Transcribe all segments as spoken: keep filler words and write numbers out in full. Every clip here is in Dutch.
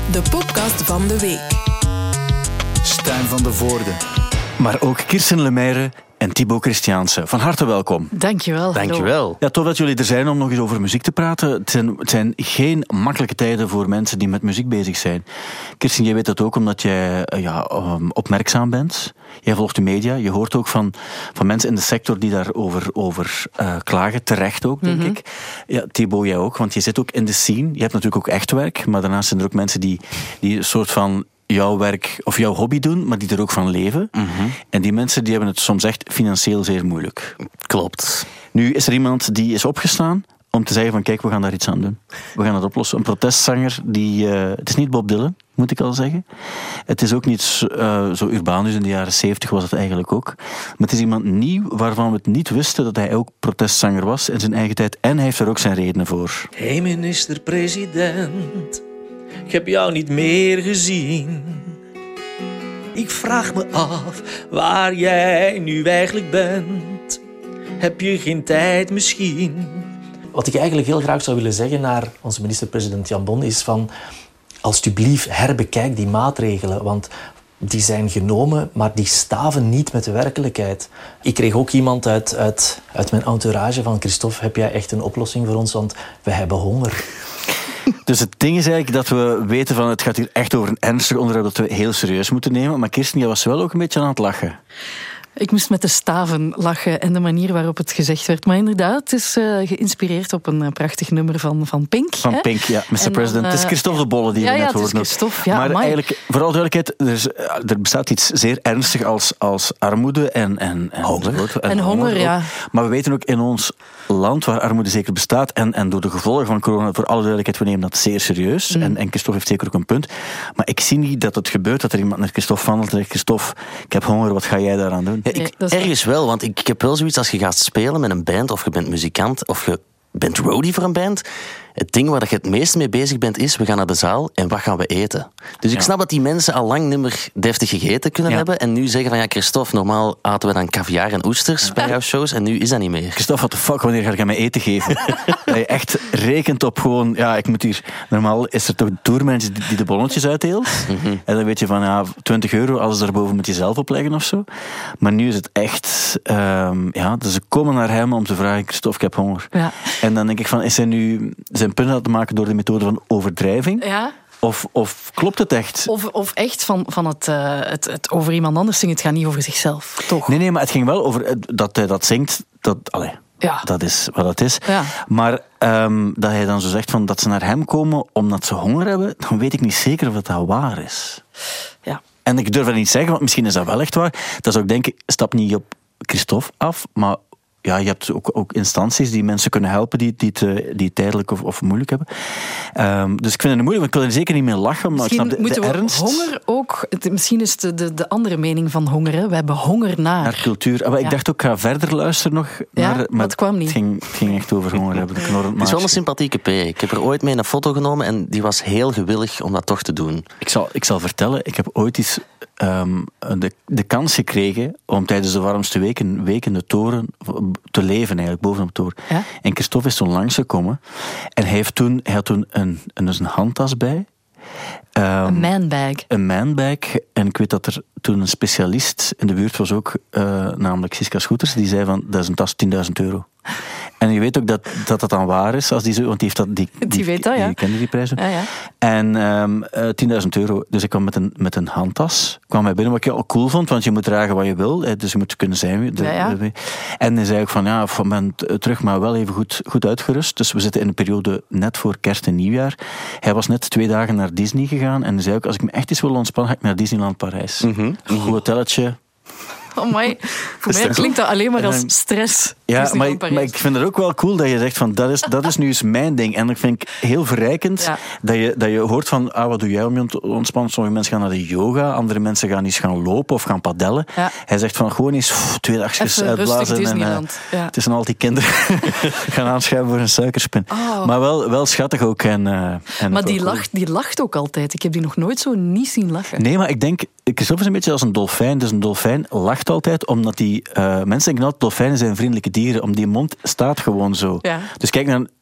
de podcast van de week. Stijn van de Voorde. Maar ook Kirsten Lemaire en Thibaut Christiaanse. Van harte welkom. Dankjewel. Dankjewel. Ja, tof dat jullie er zijn om nog eens over muziek te praten. Het zijn, het zijn geen makkelijke tijden voor mensen die met muziek bezig zijn. Kirsten, jij weet dat ook omdat jij ja, opmerkzaam bent. Jij volgt de media. Je hoort ook van, van mensen in de sector die daarover over, uh, klagen. Terecht ook, denk mm-hmm. ik. Ja, Thibaut, jij ook, want je zit ook in de scene. Je hebt natuurlijk ook echt werk, maar daarnaast zijn er ook mensen die, die een soort van jouw werk of jouw hobby doen, maar die er ook van leven. Mm-hmm. En die mensen die hebben het soms echt financieel zeer moeilijk. Klopt. Nu is er iemand die is opgestaan om te zeggen van kijk, we gaan daar iets aan doen. We gaan het oplossen. Een protestzanger die... Uh, het is niet Bob Dylan, moet ik al zeggen. Het is ook niet uh, zo urbaan, dus in de jaren zeventig was het eigenlijk ook. Maar het is iemand nieuw waarvan we het niet wisten dat hij ook protestzanger was in zijn eigen tijd. En hij heeft er ook zijn redenen voor. Hey minister-president, ik heb jou niet meer gezien. Ik vraag me af waar jij nu eigenlijk bent. Heb je geen tijd misschien? Wat ik eigenlijk heel graag zou willen zeggen naar onze minister-president Jan Bon is van alsjeblieft herbekijk die maatregelen, want die zijn genomen, maar die staven niet met de werkelijkheid. Ik kreeg ook iemand uit, uit, uit mijn entourage van Christophe, heb jij echt een oplossing voor ons, want we hebben honger. Dus het ding is eigenlijk dat we weten van het gaat hier echt over een ernstig onderwerp dat we heel serieus moeten nemen. Maar Kirsten, jij was wel ook een beetje aan het lachen. Ik moest met de staven lachen en de manier waarop het gezegd werd. Maar inderdaad, het is uh, geïnspireerd op een uh, prachtig nummer van, van Pink. Van hè? Pink, ja. mister President. Uh, het is Christophe de Bolle die ja, we net ja, hoorden. Ja, het is Christophe. Ja, maar amai. eigenlijk, vooral duidelijkheid, er, is, er bestaat iets zeer ernstigs als, als armoede en, en, en honger. En, en honger, honger ja. Maar we weten ook in ons land waar armoede zeker bestaat en, en door de gevolgen van corona, voor alle duidelijkheid, we nemen dat zeer serieus. Mm. En, en Christophe heeft zeker ook een punt. Maar ik zie niet dat het gebeurt, dat er iemand naar Christophe wandelt en zegt, Christophe, ik heb honger, wat ga jij daaraan doen? Ja, ik, nee, ergens wel, want ik, ik heb wel zoiets als je gaat spelen met een band, of je bent muzikant, of je bent roadie voor een band. Het ding waar je het meest mee bezig bent is, we gaan naar de zaal en wat gaan we eten? Dus ik ja. snap dat die mensen al lang niet meer deftig gegeten kunnen ja. hebben en nu zeggen van ja, Christophe, normaal aten we dan caviar en oesters ja. bij jouw shows en nu is dat niet meer. Christophe, what the fuck, wanneer ga je mij eten geven? Dat je echt rekent op gewoon, ja, ik moet hier... Normaal is er toch een tourmanager die de bonnetjes uitdeelt. Mm-hmm. En dan weet je van, ja, twintig euro, alles daarboven moet je zelf opleggen of zo. Maar nu is het echt... Um, ja, dus ze komen naar hem om te vragen, Christophe, ik heb honger. Ja. En dan denk ik van, is hij nu zijn punten aan te maken door de methode van overdrijving? Ja. Of, of klopt het echt? Of, of echt van, van het, uh, het, het over iemand anders zingen. Het gaat niet over zichzelf, toch? Nee, nee, maar het ging wel over dat hij dat zingt. Dat, allee, ja. dat is wat het is. Ja. Maar um, dat hij dan zo zegt van dat ze naar hem komen omdat ze honger hebben, dan weet ik niet zeker of dat, dat waar is. Ja. En ik durf dat niet zeggen, want misschien is dat wel echt waar. Dat zou ik denken, stap niet op Christophe af, maar... Ja, je hebt ook, ook instanties die mensen kunnen helpen die, die, het, die het tijdelijk of, of moeilijk hebben. Um, dus ik vind het moeilijk, want ik wil er zeker niet mee lachen. Maar misschien ik snap de, moeten de we ernst. Honger ook... Het, misschien is de, de, de andere mening van honger. Hè. We hebben honger naar. Naar cultuur. Maar ja. Ik dacht ook, ik ga verder luisteren nog. Ja, naar, maar het kwam niet. Het ging, het ging echt over honger hebben. Het is wel een sympathieke P. Ik heb er ooit mee een foto genomen en die was heel gewillig om dat toch te doen. Ik zal, ik zal vertellen, ik heb ooit eens um, de, de kans gekregen om tijdens de warmste weken, weken in de toren te leven eigenlijk, bovenop de toren. Ja? En Christophe is toen langsgekomen en hij, heeft toen, hij had toen een, een, dus een handtas bij. Um, een manbag. Een manbag. En ik weet dat er toen een specialist in de buurt was ook, uh, namelijk Siska Scooters, die zei van, dat is een tas tienduizend euro. En je weet ook dat dat, dat dan waar is, als die zo, want die heeft dat, die, die, die weet dat, ja. Die kende die prijzen. Ja, ja. En um, uh, tienduizend euro. Dus ik kwam met een, met een handtas. kwam hij binnen, wat ik ook cool vond, want je moet dragen wat je wil. Dus je moet kunnen zijn. De, ja, ja. De, en hij zei ook van, ja, ik ben terug, maar wel even goed, goed uitgerust. Dus we zitten in een periode net voor kerst en nieuwjaar. Hij was net twee dagen naar Disney gegaan. En hij zei ook, als ik me echt eens wil ontspannen, ga ik naar Disneyland Parijs. Mm-hmm. Een goed hotelletje. Oh my. Voor mij klinkt dat alleen maar als stress. Ja, maar, maar ik vind het ook wel cool dat je zegt van dat is, dat is nu eens mijn ding. En dat vind ik heel verrijkend ja. dat, je, dat je hoort van ah, wat doe jij om je te ontspannen? Sommige mensen gaan naar de yoga, andere mensen gaan eens gaan lopen of gaan padellen. Ja. Hij zegt van gewoon eens pff, twee dagjes uitblazen. En, uh, ja. Het is een al die kinderen gaan aanschuiven voor een suikerspin. Oh. Maar wel, wel schattig ook. En, uh, en maar die lacht, die lacht ook altijd. Ik heb die nog nooit zo niet zien lachen. Nee, maar ik denk, Christophe is een beetje als een dolfijn. Dus een dolfijn lacht altijd omdat die uh, mensen denken altijd dolfijnen zijn vriendelijke dieren, om die mond staat gewoon zo. Ja. Dus kijk naar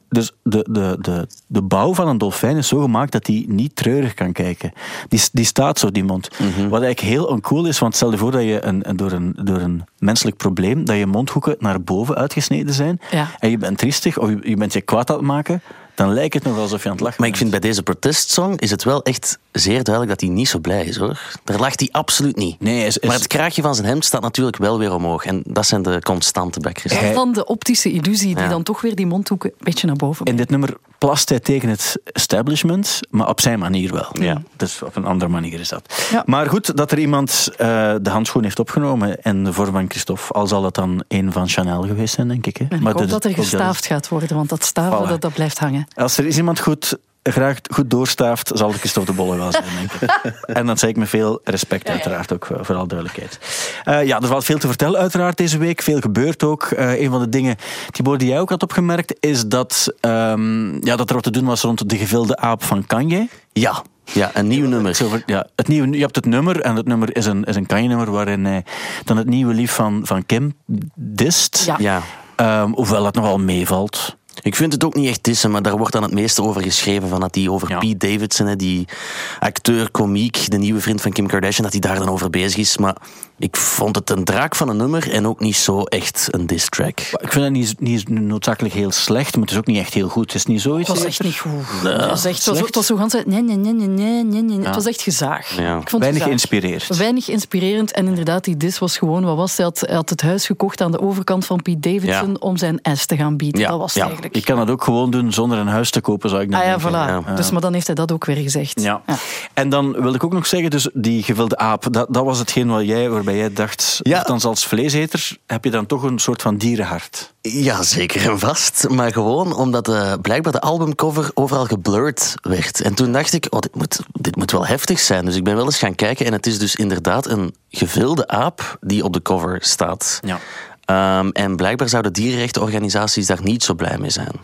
Dus de, de, de, de bouw van een dolfijn is zo gemaakt dat hij niet treurig kan kijken. Die, die staat zo, die mond. Mm-hmm. Wat eigenlijk heel oncool is, want stel je voor dat je een, door, een, door een menselijk probleem, dat je mondhoeken naar boven uitgesneden zijn, ja. en je bent triestig, of je, je bent je kwaad aan het maken, dan lijkt het nog alsof je aan het lachen Maar bent. ik vind bij deze protestsong is het wel echt zeer duidelijk dat hij niet zo blij is, hoor. Daar lacht hij absoluut niet. Nee, is, is... Maar het kraagje van zijn hemd staat natuurlijk wel weer omhoog. En dat zijn de constanten bij Christophe. Dat is dan de optische illusie die Ja. dan toch weer die mondhoeken een beetje naar boven In dit nummer plast hij tegen het establishment, maar op zijn manier wel. Ja. Dus op een andere manier is dat. Ja. Maar goed, dat er iemand uh, de handschoen heeft opgenomen in de vorm van Christophe, al zal het dan een van Chanel geweest zijn, denk ik. Hè? En maar ik hoop dat, dat er ook gestaafd dat gaat worden, want dat staven, Voilà. dat, dat blijft hangen. Als er is iemand goed, graag goed doorstaaft, zal het Christophe de Bolle wel zijn, denk ik. En dat zeg ik met veel respect, uiteraard, ook voor alle duidelijkheid. Uh, ja, er valt veel te vertellen, uiteraard, deze week. Veel gebeurt ook. Uh, een van de dingen, Thibaut, die jij ook had opgemerkt, is dat, um, ja, dat er wat te doen was rond de gevilde aap van Kanye. Ja. Ja, een nieuw nummer. Ja, het nieuwe, je hebt het nummer, en het nummer is een, is een Kanye-nummer waarin hij dan het nieuwe lief van, van Kim dist. Ja. Ja. Um, hoewel dat nogal meevalt. Ik vind het ook niet echt dissen, maar daar wordt dan het meeste over geschreven. Van dat die over ja. Pete Davidson, die acteur, komiek, de nieuwe vriend van Kim Kardashian, dat hij daar dan over bezig is. Maar ik vond het een draak van een nummer en ook niet zo echt een diss track. Ik vind het niet, niet noodzakelijk heel slecht, maar het is ook niet echt heel goed. Het is niet zoiets. Het was echt niet goed. Nee, het was echt, het was zo ganz uit, nee, nee, nee, nee, nee, nee, nee. Ja. Het was echt gezaag. Ja. Ik vond Weinig gezaag. geïnspireerd. Weinig inspirerend. En inderdaad, die dis was gewoon, wat was hij? Had, hij had het huis gekocht aan de overkant van Pete Davidson ja. om zijn S te gaan bieden. Ja. Dat was het ja. eigenlijk. Ik kan dat ook gewoon doen zonder een huis te kopen, zou ik dan Ah ja, denken. voilà. Ja. Dus, maar dan heeft hij dat ook weer gezegd. Ja. Ja. En dan wil ik ook nog zeggen, dus die gevilde aap, dat, dat was hetgeen wat jij, waarbij jij dacht, ja. dan als vleeseter heb je dan toch een soort van dierenhart. Ja, zeker en vast. Maar gewoon omdat uh, blijkbaar de albumcover overal geblurred werd. En toen dacht ik, oh, dit moet, dit moet wel heftig zijn. Dus ik ben wel eens gaan kijken en het is dus inderdaad een gevilde aap die op de cover staat. Ja. Um, en blijkbaar zouden dierenrechtenorganisaties daar niet zo blij mee zijn.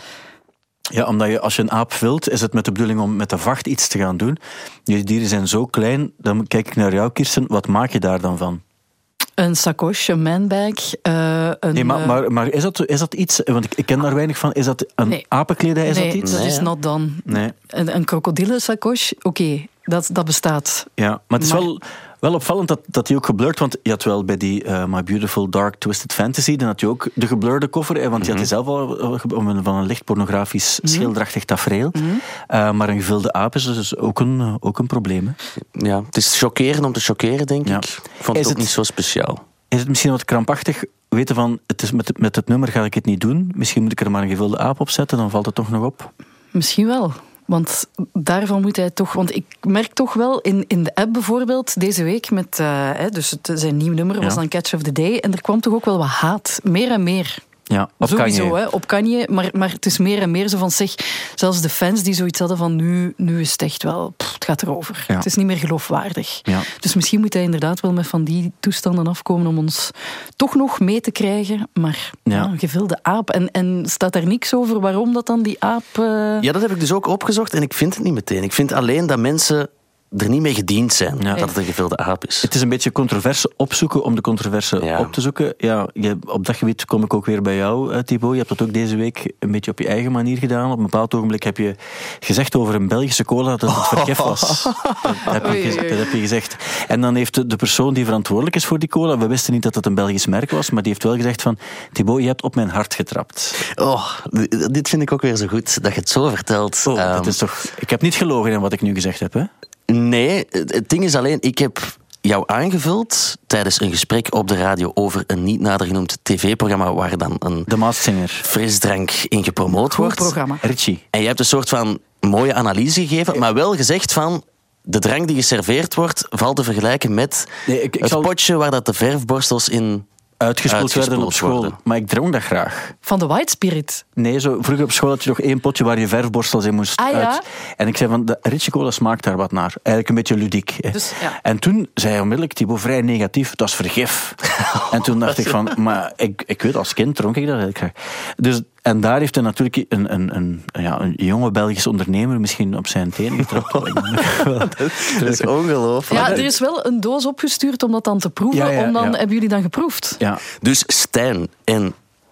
Ja, omdat je, als je een aap vilt, is het met de bedoeling om met de vacht iets te gaan doen. Die dieren zijn zo klein, dan kijk ik naar jou, Kirsten, wat maak je daar dan van? Een sacoche, een manbag. Uh, een, nee, maar, maar, maar is, dat, is dat iets, want ik, ik ken daar weinig van, is dat een nee. apenkledij? Is nee, dat iets? dat Nee, is ja. not done. Nee. Een, een krokodillensacoche, oké, okay, dat, dat bestaat. Ja, maar het is Maar... wel, wel opvallend dat, dat die ook geblurred, want je had wel bij die uh, My Beautiful Dark Twisted Fantasy, dan had je ook de geblurde cover, hè, want mm-hmm. die had die zelf al van een licht pornografisch mm-hmm. schilderachtig tafereel. Mm-hmm. Uh, maar een gevilde aap is dus ook een, uh, ook een probleem. Hè. Ja, het is chockeren om te chockeren, denk ja. ik. Ik vond is het ook het... niet zo speciaal. Is het misschien wat krampachtig weten van, het is met, met het nummer ga ik het niet doen, misschien moet ik er maar een gevilde aap op zetten, dan valt het toch nog op? Misschien wel. Want daarvan moet hij toch... Want ik merk toch wel in, in de app bijvoorbeeld deze week met... Uh, hè, dus het, zijn nieuw nummer was ja. dan Catch of the Day. En er kwam toch ook wel wat haat. Meer en meer. Ja, op Sowieso, Kanye. Hè, op Kanye. Maar, maar het is meer en meer zo van zeg... Zelfs de fans die zoiets hadden van nu, nu is het echt wel... Pff, het gaat erover. Ja. Het is niet meer geloofwaardig. Ja. Dus misschien moet hij inderdaad wel met van die toestanden afkomen om ons toch nog mee te krijgen. Maar ja. Ja, een gevilde aap. En, en staat daar niks over waarom dat dan die aap... Uh... Ja, dat heb ik dus ook opgezocht en ik vind het niet meteen. Ik vind alleen dat mensen er niet mee gediend zijn ja. dat het een gevilde aap is. Het is een beetje controverse opzoeken om de controverse ja. op te zoeken. Ja, je, op dat gebied kom ik ook weer bij jou, uh, Thibaut. Je hebt dat ook deze week een beetje op je eigen manier gedaan. Op een bepaald ogenblik heb je gezegd over een Belgische cola dat het vergif was. Dat heb, je gezegd, dat heb je gezegd. En dan heeft de, de persoon die verantwoordelijk is voor die cola, we wisten niet dat het een Belgisch merk was, maar die heeft wel gezegd van, Thibaut, je hebt op mijn hart getrapt. Oh, dit vind ik ook weer zo goed, dat je het zo vertelt. Oh, um, dat is toch, ik heb niet gelogen in wat ik nu gezegd heb, hè? Nee, het ding is alleen, ik heb jou aangevuld tijdens een gesprek op de radio over een niet nader genoemd tv-programma waar dan een de Masked Singer frisdrank in gepromoot wordt. programma. Richie. En je hebt een soort van mooie analyse gegeven, maar wel gezegd van de drank die geserveerd wordt valt te vergelijken met nee, ik, ik het zal... potje waar dat de verfborstels in uitgespoeld werden op school. Worden. Maar ik dronk dat graag. Van de White Spirit? Nee, zo, vroeger op school had je nog één potje waar je verfborstels in moest ah, uit. Ja? En ik zei van, de Richie Cola smaakt daar wat naar. Eigenlijk een beetje ludiek. Dus, ja. En toen zei hij onmiddellijk, Thibaut, vrij negatief, dat is vergif. En toen dacht ik van, maar ik, ik weet, als kind dronk ik dat eigenlijk graag. Dus, en daar heeft hij natuurlijk een, een, een, ja, een jonge Belgische ondernemer misschien op zijn tenen getrokken. Dat is ongelooflijk. Ja, er is wel een doos opgestuurd om dat dan te proeven. Ja, ja, om dan, ja. Hebben jullie dan geproefd? Ja. Dus Stijn en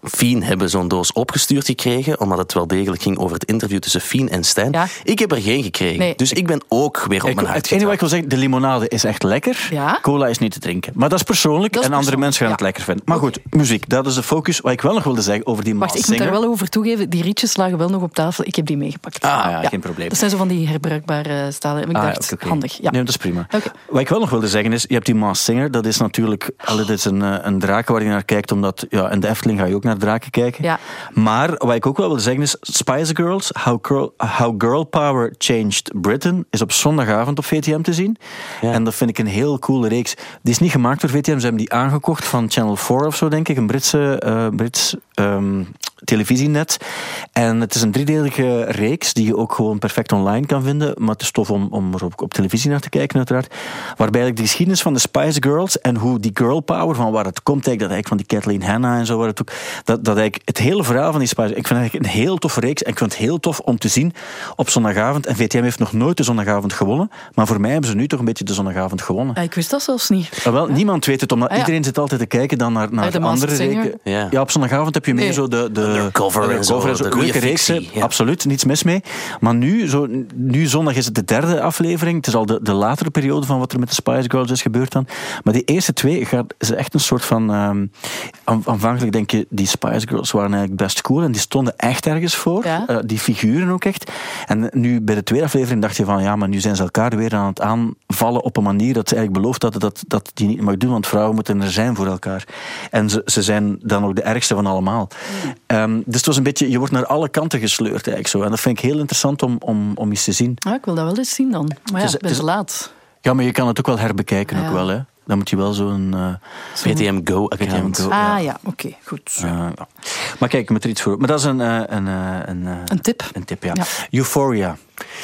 Fien hebben zo'n doos opgestuurd gekregen, omdat het wel degelijk ging over het interview tussen Fien en Stijn. Ja. Ik heb er geen gekregen. Nee. Dus ik ben ook weer op Ik, mijn hart het enige wat ik wil zeggen, de limonade is echt lekker. Ja? Cola is niet te drinken. Maar dat is persoonlijk Dat is en andere persoonlijk, mensen gaan het ja. lekker vinden. Maar goed, muziek, dat is de focus. Wat ik wel nog wilde zeggen over die Wacht, Masked ik moet Singer. daar wel over toegeven. Die rietjes lagen wel nog op tafel. Ik heb die meegepakt. Ah ja, geen probleem. Dat zijn zo van die herbruikbare stalen. En ik Ah, dacht, oké, oké. handig. Ja. Nee, dat is prima. Oké. Wat ik wel nog wilde zeggen is, je hebt die Masked Singer, dat is natuurlijk, allee, dat is een, eh, een draken waar je naar kijkt, omdat, ja, in de Efteling ga je ook naar draken kijken. Ja. Maar wat ik ook wel wilde zeggen is, Spice Girls, How Girl, How Girl Power Changed Britain, is op zondagavond op V T M te zien. Ja. En dat vind ik een heel coole reeks. Die is niet gemaakt door V T M, ze hebben die aangekocht van Channel vier of zo, denk ik, een Britse, uh, Brits um, televisienet. En het is een driedelige reeks die je ook gewoon perfect online kan vinden, maar het is tof om, om er op, op televisie naar te kijken uiteraard. Waarbij ik de geschiedenis van de Spice Girls en hoe die girl power, van waar het komt, eigenlijk, dat eigenlijk van die Kathleen Hanna en zo, waar het ook, dat, dat eigenlijk het hele verhaal van die Spice, ik vind het eigenlijk een heel toffe reeks en ik vind het heel tof om te zien op zondagavond. En V T M heeft nog nooit de zondagavond gewonnen, maar voor mij hebben ze nu toch een beetje de zondagavond gewonnen. Ah, ik wist dat zelfs niet. Ah, wel, ja. Niemand weet het, omdat Ah, ja. iedereen zit altijd te kijken dan naar, naar Ah, de andere Masked Singer. reeksen. Ja. Ja, op zondagavond heb je meer Nee. zo de, de Undercover en zo, en de leuke goeie reeksen. fictie, ja. Absoluut, niets mis mee. Maar nu, zo, nu zondag is het de derde aflevering. Het is al de, de latere periode van wat er met de Spice Girls is gebeurd dan. Maar die eerste twee gaat, is echt een soort van... Um, aanvankelijk denk je, die Spice Girls waren eigenlijk best cool en die stonden echt ergens voor. Ja. Uh, die figuren ook echt. En nu bij de tweede aflevering dacht je van, ja, maar nu zijn ze elkaar weer aan het aanvallen op een manier dat ze eigenlijk beloofd hadden dat, dat die niet mag doen, want vrouwen moeten er zijn voor elkaar. En ze, ze zijn dan ook de ergste van allemaal. Mm. Um, dus het was een beetje, je wordt naar alle kanten gesleurd eigenlijk zo. En dat vind ik heel interessant om, om, om eens te zien. Ah, ik wil dat wel eens zien dan. Maar ja, is- ik ben het is- te laat. Ja, maar je kan het ook wel herbekijken, Ja. ook wel, hè. Dan moet je wel zo'n... Uh, V T M Go-account. V T M Go. Ah Ja. ja, oké, goed. Uh, ja. Maar kijk, ik moet er iets voor. Maar dat is een... Uh, een, uh, een, uh, Een tip. Een tip, ja. Ja. Euphoria.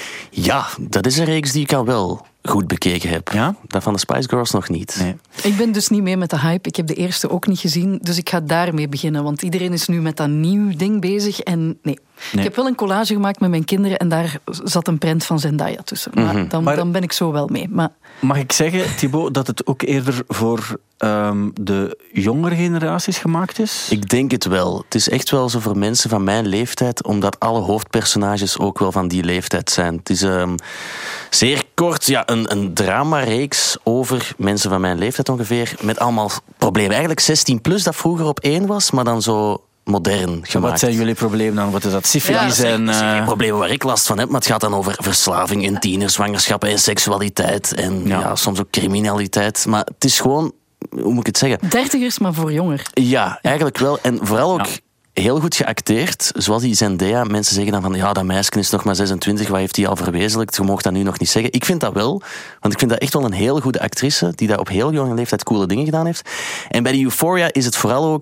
Ja, dat is een reeks die ik al wel goed bekeken heb. Ja? Dat van de Spice Girls nog niet. Nee. Ik ben dus niet mee met de hype. Ik heb de eerste ook niet gezien, dus ik ga daarmee beginnen. Want iedereen is nu met dat nieuw ding bezig. En nee. Nee. Ik heb wel een collage gemaakt met mijn kinderen en daar zat een prent van Zendaya tussen. Maar, Mhm. dan, Maar- dan ben ik zo wel mee. Maar Mag ik zeggen, Thibaut, dat het ook eerder voor um, de jongere generaties gemaakt is? Ik denk het wel. Het is echt wel zo voor mensen van mijn leeftijd, omdat alle hoofdpersonages ook wel van die leeftijd zijn. Het is um, zeer kort, ja, een, een dramareeks over mensen van mijn leeftijd ongeveer, met allemaal problemen. Eigenlijk zestien plus, dat vroeger op één was, maar dan zo modern gemaakt. Wat zijn jullie problemen dan? Wat is dat? Ja, Syfilis dat zijn, en... dat zijn uh, geen problemen waar ik last van heb, maar het gaat dan over verslaving en tienerzwangerschappen en seksualiteit en Ja. ja, soms ook criminaliteit. Maar het is gewoon, hoe moet ik het zeggen? dertigers, maar voor jonger. Ja, eigenlijk wel. En vooral ook Ja. heel goed geacteerd. Zoals die Zendaya. Mensen zeggen dan van, ja, dat meisje is nog maar zesentwintig, wat heeft hij al verwezenlijkt? Je mag dat nu nog niet zeggen. Ik vind dat wel, want ik vind dat echt wel een heel goede actrice, die dat op heel jonge leeftijd coole dingen gedaan heeft. En bij die Euphoria is het vooral ook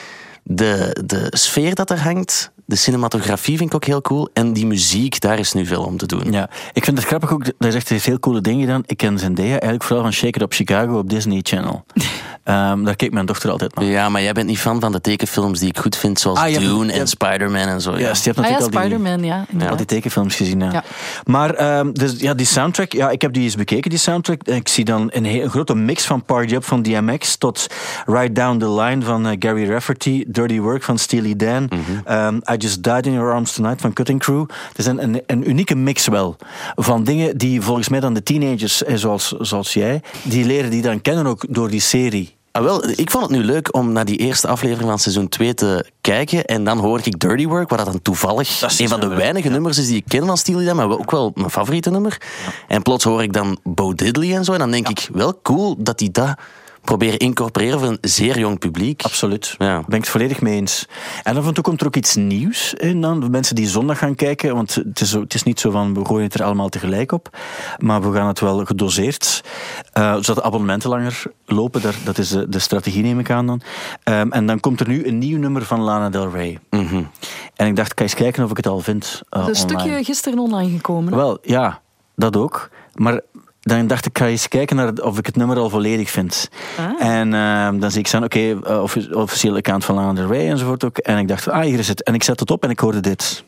de, de sfeer dat er hangt. De cinematografie vind ik ook heel cool. En die muziek, daar is nu veel om te doen. Ja, ik vind het grappig ook, dat is echt heeft heel coole dingen gedaan. Ik ken Zendaya eigenlijk vooral van Shake It Up Chicago op Disney Channel. um, daar keek mijn dochter altijd naar. Ja, maar jij bent niet fan van de tekenfilms die ik goed vind, zoals Ah, je hebt- Dune je en hebt- Spider-Man en zo. Ja. Ja, je hebt Ah ja, natuurlijk al die... Spider-Man, ja. Al inderdaad. die tekenfilms gezien, ja. Ja. Maar um, dus, ja, die soundtrack, ja, ik heb die eens bekeken, die soundtrack. Ik zie dan een, heel, een grote mix van Party Up van D M X tot Right Down the Line van uh, Gary Rafferty, Dirty Work van Steely Dan, Mhm. um, I Just Died in Your Arms Tonight van Cutting Crew. Het is een, een, een unieke mix wel van dingen die volgens mij dan de teenagers, eh, zoals, zoals jij, die leren die dan kennen ook door die serie. Ah, wel, ik vond het nu leuk om naar die eerste aflevering van seizoen twee te kijken. En dan hoor ik Dirty Work, wat dat dan toevallig Dat is een van de zo, weinige ja. nummers is die ik ken van Steely Dan, maar wel- ook wel mijn favoriete nummer. Ja. En plots hoor ik dan Bo Diddley en zo. En dan denk Ja. ik, wel cool dat die dat proberen incorporeren voor een zeer jong publiek. Absoluut. Ja. Daar ben ik het volledig mee eens. En af en toe komt er ook iets nieuws in dan. De mensen die zondag gaan kijken. Want het is, zo, het is niet zo van, we gooien het er allemaal tegelijk op. Maar we gaan het wel gedoseerd. Uh, zodat de abonnementen langer lopen. Daar, dat is de, de strategie, neem ik aan dan. Um, en dan komt er nu een nieuw nummer van Lana Del Rey. Mm-hmm. En ik dacht, ik ga eens kijken of ik het al vind uh, Een online. stukje gisteren online gekomen. hè? Wel, ja. Dat ook. Maar... Dan dacht ik, ik ga eens kijken naar of ik het nummer al volledig vind. Ah. En uh, dan zie ik staan, oké, okay, uh, offic- officieel account van Lana Del Rey enzovoort ook. En ik dacht, ah, hier is het. En ik zet het op en ik hoorde dit.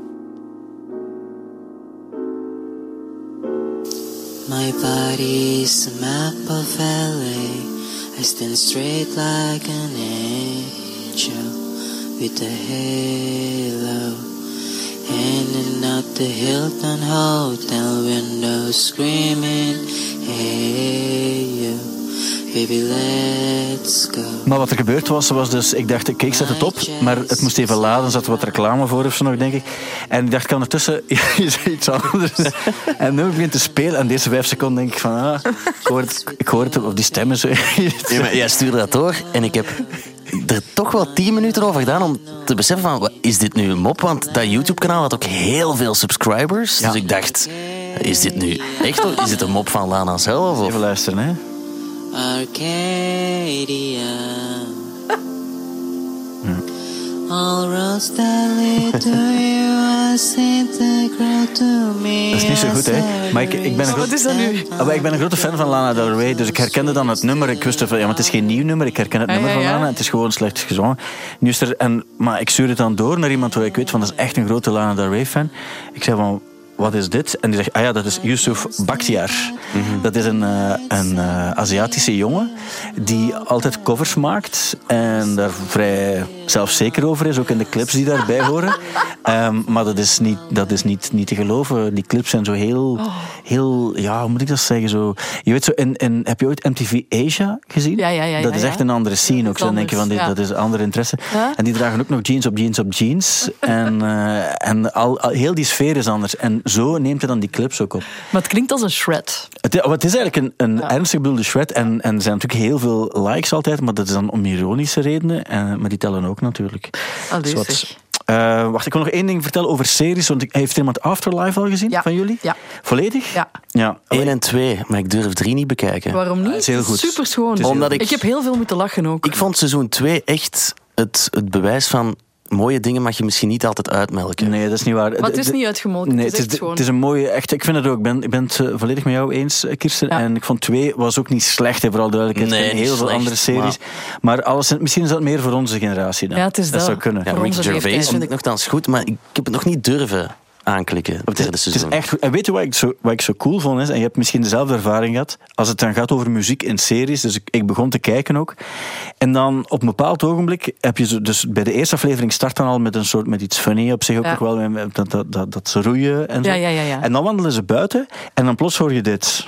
My body's a map of L A. I stand straight like an angel. with a halo, handing out the Hilton Hotel window, screaming, hey yo, baby let's go. Maar wat er gebeurd was, was dus... Ik dacht, kijk, zet het op, maar het moest even laden. Er zat er wat reclame voor of zo nog, denk ik. En ik dacht, ik kan ertussen... je zei iets anders. En nu begint te spelen. En deze vijf seconden denk ik van... Ah, ik hoor het, ik hoor het op die stemmen zo. Ja, maar jij stuurde dat door en ik heb er toch wel tien minuten over gedaan om te beseffen van, wat, is dit nu een mop? Want dat YouTube-kanaal had ook heel veel subscribers. Ja. Dus ik dacht, is dit nu echt of is dit een mop van Lana zelf? Of? Even luisteren, hè. Arcadia. All roads that lead to you are sent to grow to me. Dat is niet zo goed, hè. Maar ik, ik, ben, een Wat groot, is dat nu? Ah, maar ik ben een grote fan van Lana Del Rey, dus ik herkende dan het nummer. Ik wist van, ja, maar het is geen nieuw nummer. Ik herken het Ja, nummer ja, van ja. Lana. Het is gewoon slecht gezongen. Nu is er, en, maar ik stuur het dan door naar iemand waar ik weet van, dat is echt een grote Lana Del Rey fan. Ik zei van, wat is dit? En die zegt, ah ja, dat is Yusuf Bakhtiar. Mm-hmm. Dat is een, uh, een uh, Aziatische jongen die altijd covers maakt en daar vrij zelfzeker over is, ook in de clips die daarbij horen. Um, maar dat is, niet, dat is niet, niet te geloven. Die clips zijn zo heel, oh. heel, ja, hoe moet ik dat zeggen? Zo, je weet zo, in, in, heb je ooit M T V Asia gezien? Ja, ja, ja. Dat is ja, echt ja. een andere scene ook. Zo, dan denk je van, dit, ja. dat is een andere interesse. Ja? En die dragen ook nog jeans op jeans op jeans. En, uh, en al, al, heel die sfeer is anders. En zo neemt hij dan die clips ook op. Maar het klinkt als een shred. Het, het is eigenlijk een, een Ja. ernstig bedoelde shred. En, en er zijn natuurlijk heel veel likes altijd. Maar dat is dan om ironische redenen. En, maar die tellen ook natuurlijk. Allee, Dus zeg. Uh, wacht, ik wil nog één ding vertellen over series. Want ik, heeft iemand Afterlife al gezien Ja. van jullie? Ja. Volledig? Ja. Ja. Eén en twee, maar ik durf drie niet bekijken. Waarom niet? Dat is heel goed. Super schoon. Het is heel Omdat ik... ik- ik heb heel veel moeten lachen ook. Ik vond seizoen twee echt het, het bewijs van mooie dingen mag je misschien niet altijd uitmelken. Nee, dat is niet waar. Maar het is De- niet uitgemolken. Nee, het is het echt is, schoon. het is een mooie, echt, ik vind het ook. Ik ben, ik ben het uh, volledig met jou eens, Kirsten. Ja. En ik vond twee was ook niet slecht, hè, vooral duidelijkheid. Nee, Ik ken niet heel veel slecht, andere series. Maar, alles, misschien is dat meer voor onze generatie dan. Ja, het is dat. zou kunnen. Ja, voor Rick onze Gervais leeftijd. vind ik nogthans goed, maar ik heb het nog niet durven aanklikken het Het is, derde het is seizoen. echt goed. En weet je wat ik, zo, wat ik zo cool vond? Is, en je hebt misschien dezelfde ervaring gehad. Als het dan gaat over muziek in series. Dus ik, ik begon te kijken ook. En dan op een bepaald ogenblik heb je zo, dus bij de eerste aflevering start dan al met een soort met iets funny op zich ook Ja. nog wel. met- Dat, dat, dat, dat ze roeien en zo. Ja, ja, ja, ja. En dan wandelen ze buiten. En dan plots hoor je dit.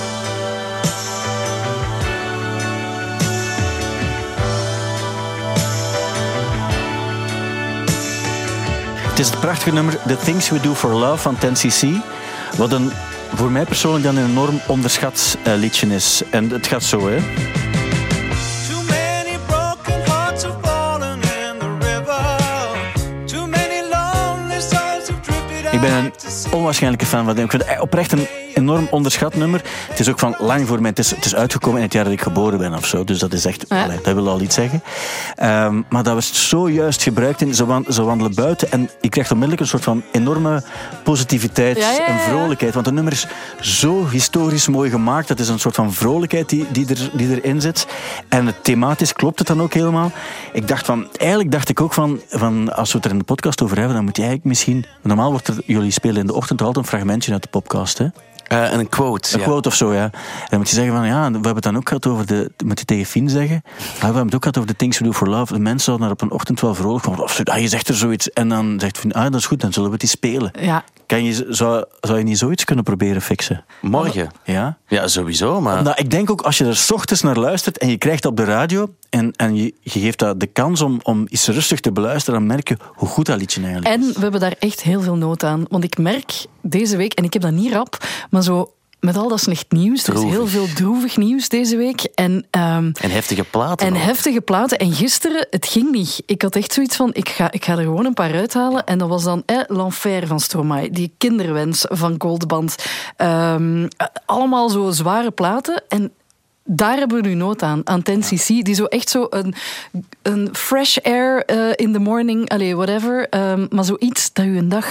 Het is het prachtige nummer The Things We Do For Love van ten C C. Wat een, voor mij persoonlijk dan een enorm onderschat uh, liedje is. En het gaat zo, hè. Too many broken hearts have fallen in the river. Too many lonely souls have drifted Ik ben een out to sea. onwaarschijnlijke fan van hem. Ik vind het oprecht een enorm onderschat nummer. Het is ook van lang voor mij. Het is, het is uitgekomen in het jaar dat ik geboren ben of zo. Dus dat is echt, Ja. allee, dat wil al iets zeggen. Um, maar dat was zo juist gebruikt. In, ze, wan- ze wandelen buiten en je krijgt onmiddellijk een soort van enorme positiviteit Ja, ja, ja, en ja. vrolijkheid. Want het nummer is zo historisch mooi gemaakt. Het is een soort van vrolijkheid die, die, er, die erin zit. En het thematisch klopt het dan ook helemaal. Ik dacht van, eigenlijk dacht ik ook van, van als we het er in de podcast over hebben, dan moet je eigenlijk misschien... Normaal wordt er, jullie spelen in de ochtend altijd een fragmentje uit de podcast, hè? Uh, een quote. Een ja. quote of zo, ja. En dan moet je zeggen van, ja, we hebben het dan ook gehad over de... Moet je tegen Fien zeggen? Ja, we hebben het ook gehad over de Things We Do For Love. De mensen zouden daar op een ochtend wel vrolijk van... Of, ah, je zegt er zoiets. En dan zegt Fien, ah, dat is goed, dan zullen we die spelen. Ja. Kan je, zou, zou je niet zoiets kunnen proberen fixen? Morgen. Ja? Ja, sowieso, maar... Nou, ik denk ook, als je er 's ochtends naar luistert en je krijgt dat op de radio en, en je, je geeft dat de kans om, om iets rustig te beluisteren, dan merk je hoe goed dat liedje eigenlijk En is. we hebben daar echt heel veel nood aan. Want ik merk deze week, en ik heb dat niet rap, maar zo met al dat slecht nieuws. Er is Droevig. heel veel droevig nieuws deze week. En, ehm, En heftige platen. en ook. heftige platen. En gisteren, het ging niet. Ik had echt zoiets van, ik ga, ik ga er gewoon een paar uithalen. En dat was dan eh, L'Enfer van Stromae. Die Kinderwens van Goldband. Ehm, eh, allemaal zo zware platen. En daar hebben we nu nood aan. Aan ten C C. Die zo echt zo een, een fresh air uh, in the morning. Allee, whatever. Um, maar zoiets dat u een dag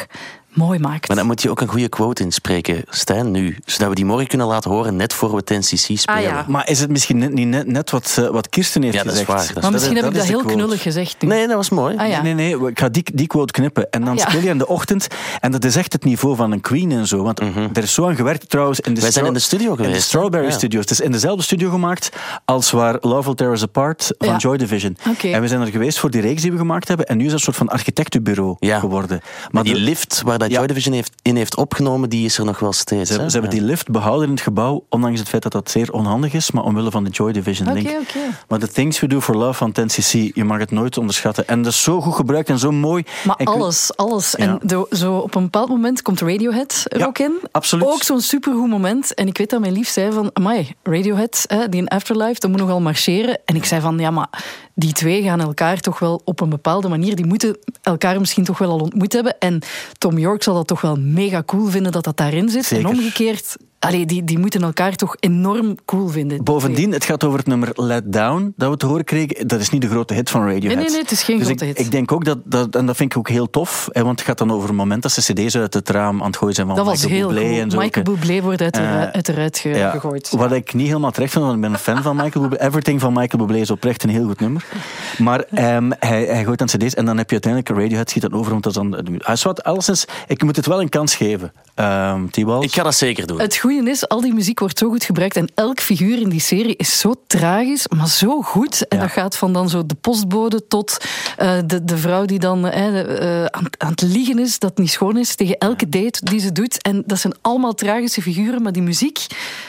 mooi maakt. Maar dan moet je ook een goede quote inspreken, Stijn, nu. Zodat we die morgen kunnen laten horen, net voor we ten C C spelen. Ah, ja. Maar is het misschien net, niet net, net wat, uh, wat Kirsten heeft Ja, dat is gezegd? waar, dat is- Maar misschien dat heb ik is dat de heel quote. knullig gezegd nu. Nee, dat was mooi. Ah, ja. Nee, nee, nee, ik ga die, die quote knippen. En dan Ah, ja. speel je in de ochtend. En dat is echt het niveau van een Queen en zo. Want er is zo aan gewerkt trouwens. In de Wij zijn Stro- in de studio In de geweest, Strawberry hè? Ja. Studios. Het is in dezelfde studio gemaakt als waar Love Will Tear Us Apart van Ja. Joy Division. Oké. En we zijn er geweest voor die reeks die we gemaakt hebben. En nu is dat een soort van architectenbureau Ja. geworden. Maar die de- lift waar dat Ja. Joy Division heeft, in heeft opgenomen, die is er nog wel steeds. Ze, hè? ze hebben die lift behouden in het gebouw, ondanks het feit dat dat zeer onhandig is, maar omwille van de Joy Division Oké, link. oké. Maar de Things We Do For Love van ten C C, je mag het nooit onderschatten. En dat is zo goed gebruikt en zo mooi. Maar En ik- alles, alles. Ja. En de, zo op een bepaald moment komt Radiohead er Ja, ook in. absoluut. Ook zo'n supergoed moment. En ik weet dat mijn lief zei van, amai, Radiohead, hè, die in Afterlife, dat moet nogal marcheren. En ik zei van, ja, maar die twee gaan elkaar toch wel op een bepaalde manier, die moeten elkaar misschien toch wel al ontmoet hebben. En Tom York zal dat toch wel mega cool vinden dat dat daarin zit. Zeker. En omgekeerd, allee, die, die moeten elkaar toch enorm cool vinden. die Bovendien, het gaat over het nummer Let Down, dat we te horen kregen. Dat is niet de grote hit van Radiohead. Nee, nee, nee, het is geen dus grote ik, hit. Ik denk ook dat, dat, en dat vind ik ook heel tof, hè, want het gaat dan over een moment dat ze cd's uit het raam aan het gooien zijn van Dat was Michael heel Bublé goed. en zo. Michael Bublé wordt uit, de, Eh, uit eruit ge- Ja, gegooid. wat ik niet helemaal terecht vind, want ik ben een fan van Michael Bublé. Everything van Michael Bublé is oprecht een heel goed nummer. Maar ehm, hij, hij gooit aan cd's en dan heb je uiteindelijk Radiohead schiet dat over, want dat is dan... Hij is wat, alleszins, ik moet het wel een kans geven, ehm T-Balls. Ik ga dat zeker doen. Het goede is, al die muziek wordt zo goed gebruikt en elk figuur in die serie is zo tragisch, maar zo goed. En Ja. dat gaat van dan zo de postbode tot uh, de, de vrouw die dan uh, uh, aan, aan het liegen is, dat niet schoon is, tegen elke date die ze doet. En dat zijn allemaal tragische figuren, maar die muziek...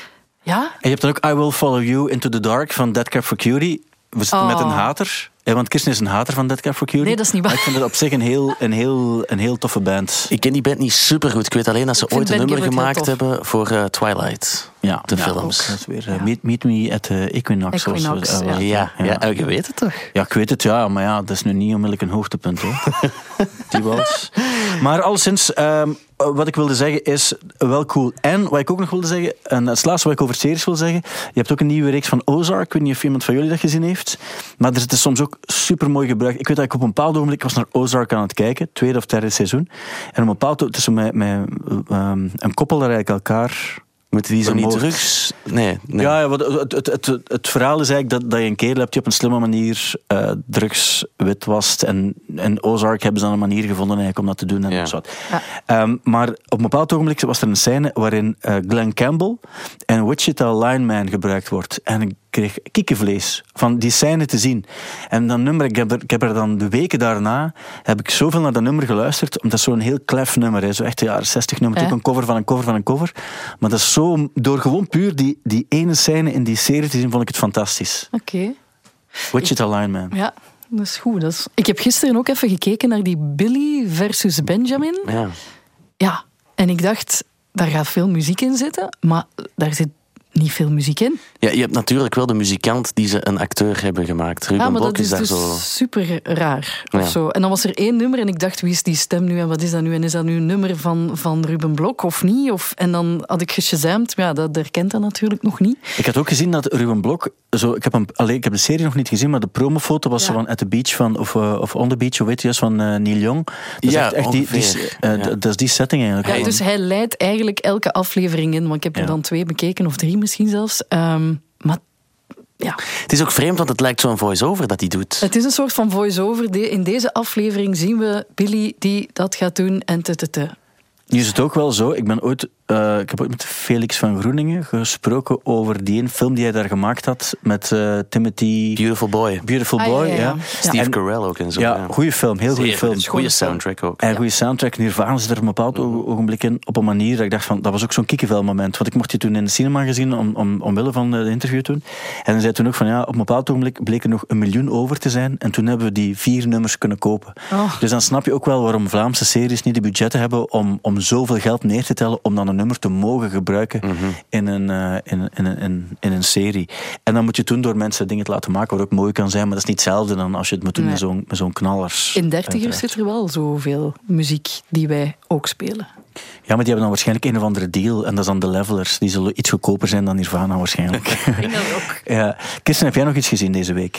Ja, En je hebt dan ook I Will Follow You Into The Dark van Dead Cab for Cutie. We zitten Oh. met een hater. Ja, want Kirsten is een hater van Dead Cab for Cutie. Nee, dat is niet waar. Maar ik vind het op zich een heel, een heel, een heel toffe band. Ik ken die band niet super goed. Ik weet alleen dat ze Ik vind ooit een Ben nummer Gibbard heel gemaakt tof. hebben voor uh, Twilight. Ja, de ja, films. ook. Dat is weer uh, Ja. meet, meet Me at the Equinox. of zo. Equinox, Uh, was ja. het, Ja, ja. je weet het toch? Ja, ik weet het, ja, maar ja, dat is nu niet onmiddellijk een hoogtepunt, hoor. Die was. Maar alleszins, um, wat ik wilde zeggen is wel cool. En wat ik ook nog wilde zeggen, en het laatste wat ik over series wil zeggen, je hebt ook een nieuwe reeks van Ozark, ik weet niet of iemand van jullie dat gezien heeft, maar er is soms ook super mooi gebruikt. Ik weet dat ik op een bepaald ogenblik, ik was naar Ozark aan het kijken, tweede of derde seizoen, en op een bepaald ogenblik, tussen met, met um, een koppel dat eigenlijk elkaar... Moeten die zo niet Vermoord. drugs... Nee, nee. Ja, ja, wat- het, het, het, het, het verhaal is eigenlijk dat, dat je een kerel hebt die op een slimme manier uh, drugs witwast. En in Ozark hebben ze dan een manier gevonden eigenlijk om dat te doen. En Ja. zo. Um, maar op een bepaald ogenblik was er een scène waarin uh, Glenn Campbell en Wichita Lineman gebruikt wordt. En ik kreeg kikkenvlees van die scène te zien. En dat nummer, ik heb er, ik heb er dan de weken daarna, heb ik zoveel naar dat nummer geluisterd, omdat het zo'n heel klef nummer is. Zo echt de jaren zestig nummer, Ja. ook een cover van een cover van een cover. Maar dat is zo, door gewoon puur die, die ene scène in die serie te zien, vond ik het fantastisch. oké. Wichita Lineman. Ja, dat is goed. Dat is... Ik heb gisteren ook even gekeken naar die Billy versus Benjamin. Ja. Ja, en ik dacht, daar gaat veel muziek in zitten, maar daar zit niet veel muziek in. Ja, je hebt natuurlijk wel de muzikant die ze een acteur hebben gemaakt. Ruben Ja, maar Blok dat is daar dus zo... super raar. Of Ja. zo. En dan was er één nummer en ik dacht, wie is die stem nu en wat is dat nu? En is dat nu een nummer van, van Ruben Blok of niet? Of, en dan had ik geshazamd, maar ja, dat herkent dat natuurlijk nog niet. Ik had ook gezien dat Ruben Blok, zo, ik, heb hem, allee, ik heb de serie nog niet gezien, maar de promofoto was Ja. zo van At the Beach van, of, uh, of On the Beach, hoe weet je juist, van uh, Neil Young. Dat is Ja, echt, echt die, die, ongeveer. uh, Ja. d- dat is die setting eigenlijk. Ja, dus hij leidt eigenlijk elke aflevering in, want ik heb er Ja. dan twee bekeken, of drie misschien zelfs. Um, maar ja, Het is ook vreemd, want het lijkt zo'n voice-over dat hij doet. het is een soort van voice-over. De- In deze aflevering zien we Billy die dat gaat doen en te, te, te. Nu is het ook wel zo, ik ben ooit, uh, ik heb ooit met Felix van Groeningen gesproken over die ene film die hij daar gemaakt had met uh, Timothy... Beautiful Boy. Beautiful Ah, Boy, ja, ja. ja, ja. Steve En- Carell ook en zo. Ja, goede film, heel goede Zeer film. goed. Goede soundtrack ook. En goede soundtrack. Nirvana zit er op een bepaald o- ogenblik in, op een manier dat ik dacht van, dat was ook zo'n kikkevel moment. Want ik mocht die toen in de cinema gezien, om, om, omwille van de interview toen. En hij zei toen ook van, ja, op een bepaald ogenblik bleek er nog een miljoen over te zijn. En toen hebben we die vier nummers kunnen kopen. Oh. Dus dan snap je ook wel waarom Vlaamse series niet de budgetten hebben om, om zoveel geld neer te tellen om dan een nummer te mogen gebruiken in, een, uh, in, in, in, in, in een serie. En dan moet je toen door mensen dingen te laten maken wat ook mooi kan zijn, maar dat is niet hetzelfde dan als je het moet doen Nee. met zo'n, met zo'n knallers. In dertigers uiteraard. zit er wel zoveel muziek die wij ook spelen. Ja, maar die hebben dan waarschijnlijk een of andere deal. En dat is dan de Levelers. Die zullen iets goedkoper zijn dan Nirvana waarschijnlijk. Ik denk dat ook. Ja. Kirsten, heb jij nog iets gezien deze week?